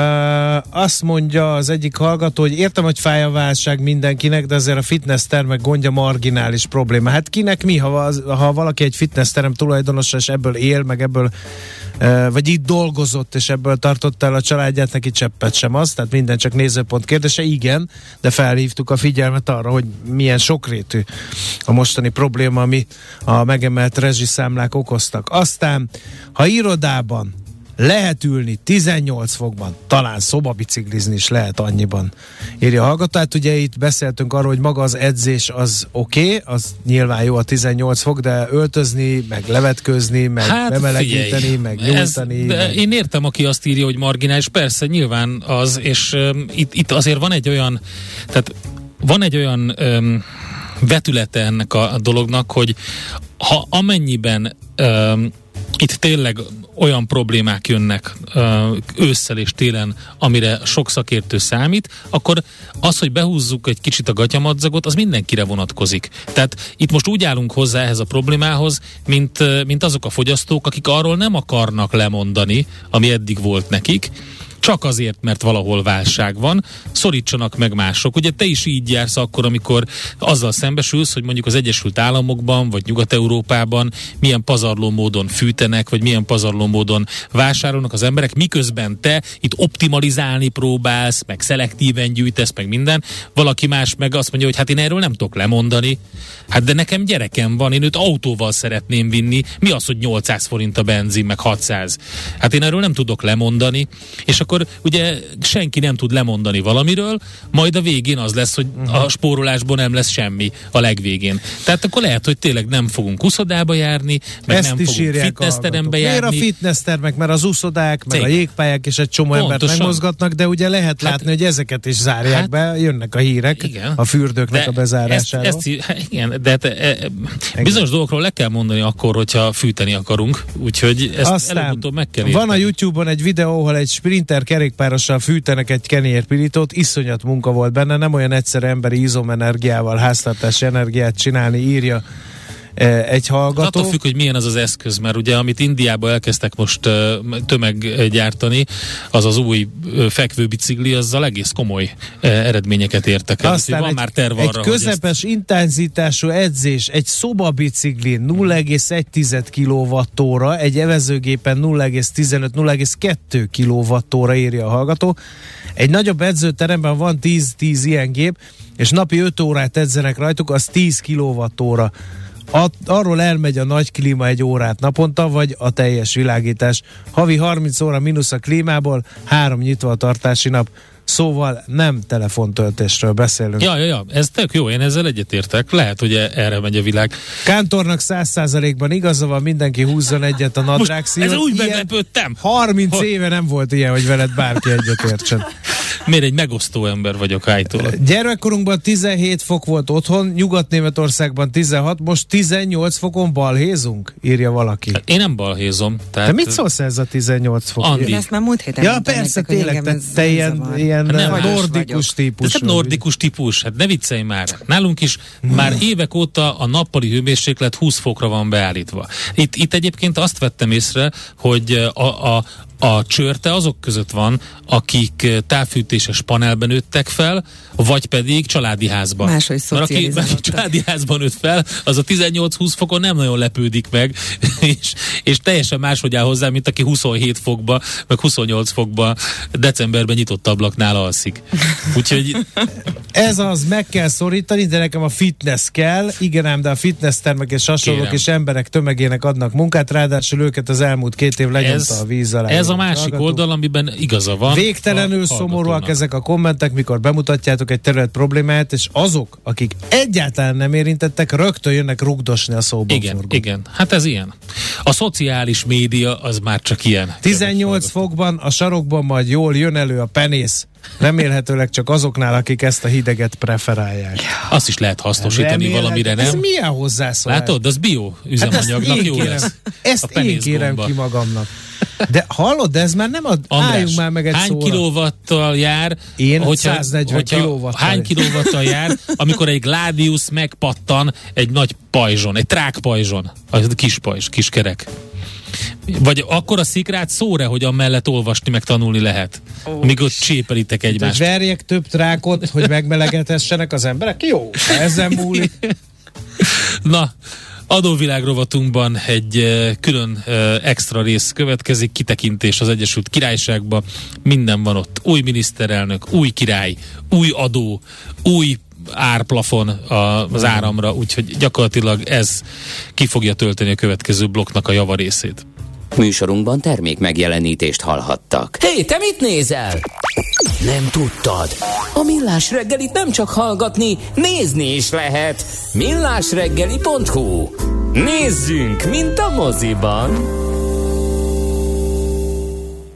Uh, azt mondja az egyik hallgató, hogy értem, hogy fáj a válság mindenkinek, de azért a fitness termek gondja marginális probléma. Hát kinek mi, ha, ha valaki egy fitness terem tulajdonosa, és ebből él, meg ebből uh, vagy itt dolgozott, és ebből tartott el a családját, neki cseppet sem az, tehát minden csak nézőpont kérdése, igen, de felhívtuk a figyelmet arra, hogy milyen sokrétű a mostani probléma, ami a megemelt rezsiszámlák okoztak. Aztán, ha irodában lehet ülni tizennyolc fokban, talán szobabiciklizni is lehet annyiban, írja a hallgató. Hát ugye itt beszéltünk arról, hogy maga az edzés az oké, okay, az nyilván jó a tizennyolc fok, de öltözni, meg levetkőzni, meg hát, bemelegíteni, figyelj, meg nyújtani. Ez, meg... Én értem, aki azt írja, hogy marginális, persze, nyilván az, és um, itt, itt azért van egy olyan, tehát van egy olyan um, vetülete ennek a, a dolognak, hogy ha amennyiben um, itt tényleg olyan problémák jönnek uh, ősszel és télen, amire sok szakértő számít, akkor az, hogy behúzzuk egy kicsit a gatyamadzagot, az mindenkire vonatkozik. Tehát itt most úgy állunk hozzá ehhez a problémához, mint, mint azok a fogyasztók, akik arról nem akarnak lemondani, ami eddig volt nekik, csak azért, mert valahol válság van, szorítsanak meg mások. Ugye te is így jársz akkor, amikor azzal szembesülsz, hogy mondjuk az Egyesült Államokban, vagy Nyugat-Európában milyen pazarló módon fűtenek, vagy milyen pazarló módon vásárolnak az emberek, miközben te itt optimalizálni próbálsz, meg szelektíven gyűjtesz, meg minden. Valaki más meg azt mondja, hogy hát én erről nem tudok lemondani. Hát de nekem gyerekem van, én őt autóval szeretném vinni. Mi az, hogy nyolcszáz forint a benzin, meg hatszáz? Hát én erről nem tudok lemondani. És akkor ugye senki nem tud lemondani valamiről, majd a végén az lesz, hogy a spórolásból nem lesz semmi a legvégén. Tehát akkor lehet, hogy tényleg nem fogunk uszodába járni, meg ezt nem fogunk fitnessterembe járni. Miért a fitnesstermek? Mert az uszodák, meg Cég. a jégpályák és egy csomó Pontosan. embert megmozgatnak, de ugye lehet látni, hát, hogy ezeket is zárják hát, be, jönnek a hírek igen. a fürdőknek de a bezárásáról. Ezt, ezt, igen, de hát, e, bizonyos dolgokról le kell mondani akkor, hogyha fűteni akarunk, úgyhogy ezt előbb-utóbb meg kell érteni. Van a YouTube-on egy videó, ahol egy sprinter kerékpárossal fűtenek egy kenyérpirítót, iszonyat munka volt benne, nem olyan egyszerű emberi izomenergiával háztartási energiát csinálni, írja egy hallgató. Attól függ, hogy milyen az az eszköz, mert ugye amit Indiában elkezdtek most uh, tömeggyártani, az az új uh, fekvőbicikli, azzal egész komoly uh, eredményeket értek el. Aztán van egy, már terv arra, egy közepes ezt... intenzitású edzés, egy szobabicikli nulla egész egy kilowattóra, egy evezőgépen nulla egész tizenöt nulla egész kettő kilowattóra, írja a hallgató. Egy nagyobb edzőteremben van tíz tíz ilyen gép, és napi öt órát edzenek rajtuk, az tíz kilowattóra. At, arról elmegy a nagy klíma egy órát naponta, vagy a teljes világítás. Havi harminc óra mínusz a klímából, három nyitva a tartási nap. Szóval nem telefontöltésről beszélünk. Ja, ja, ja, ez tök jó, én ezzel egyetértek. Lehet, hogy erre megy a világ. Kántornak száz százalékban igaza van, mindenki húzzon egyet a nadrág szíjon. Ez úgy meglepődtem. harminc hogy... éve nem volt ilyen, hogy veled bárki egyetértsen. Miért egy megosztó ember vagyok állítólag? Gyermekkorunkban tizenhét fok volt otthon, Nyugat-Németországban tizenhat, most tizennyolc fokon balhézunk, írja valaki. Hát én nem balhézom. Tehát... Te mit szólsz ez a tizennyolc fok? Andi. Ezt már múlt héten ja, persze, tényleg, te, te ilyen, ilyen nem, nordikus típus. Ez nem nordikus típus, hát ne viccelj már. Nálunk is hmm. már évek óta a nappali hőmérséklet húsz fokra van beállítva. Itt, itt egyébként azt vettem észre, hogy a, a A csörte azok között van, akik távfűtéses panelben nőttek fel, vagy pedig családi házban. Máshogy szocializálódtak. Mert aki családi házban nőtt fel, az a tizennyolc-húsz fokon nem nagyon lepődik meg, és, és teljesen máshogy áll hozzá, mint aki huszonhét fokba, meg huszonnyolc fokba decemberben nyitott ablaknál alszik. Úgyhogy... Ez az, meg kell szorítani, de nekem a fitness kell. Igen ám, de a fitness termek és hasonlók Kérem. és emberek tömegének adnak munkát, ráadásul őket az elmúlt két év lenyomta ez, a víz alá. Ez a másik hallgatók. Oldal, amiben igaza van. Végtelenül szomorúak ezek a kommentek, mikor bemutatjátok egy terület problémáját, és azok, akik egyáltalán nem érintettek, rögtön jönnek rugdosni a szóban. Igen, forgó. igen. Hát ez ilyen. A szociális média az már csak ilyen. tizennyolc fokban a sarokban majd jól jön elő a penész. Remélhetőleg csak azoknál, akik ezt a hideget preferálják. Azt is lehet hasznosítani Remélhet, valamire, nem? Ez milyen hozzászólás? Látod, az bio üzemanyagnak hát jó kérem, lesz. Ezt én kérem ki magamnak. De hallod, de ez már nem ad... András, álljunk már meg egy hány szóra. kilovattal jár? Én hogyha, száznegyven hogyha kilovattal. Hány kilovattal jár, amikor egy Gladius megpattan egy nagy pajzson, egy trákpajzson, a kis pajzs, kis kerek. Vagy akkor a szikrát szóra, hogy amellett olvasni meg tanulni lehet. Oh, míg ott csépelitek egymást. Verjek több trákot, hogy megmelegedhessenek az emberek? Jó, ezen múlik. Na, adóvilág rovatunkban egy uh, külön uh, extra rész következik, kitekintés az Egyesült Királyságba. Minden van ott. Új miniszterelnök, új király, új adó, új árplafon a, az áramra, úgyhogy gyakorlatilag ez ki fogja tölteni a következő blokknak a javarészét. Műsorunkban termék megjelenítést hallhattak. Hé, te mit nézel? Nem tudtad? A Millás reggelit nem csak hallgatni, nézni is lehet. millásreggeli pont hu. Nézzünk, mint a moziban!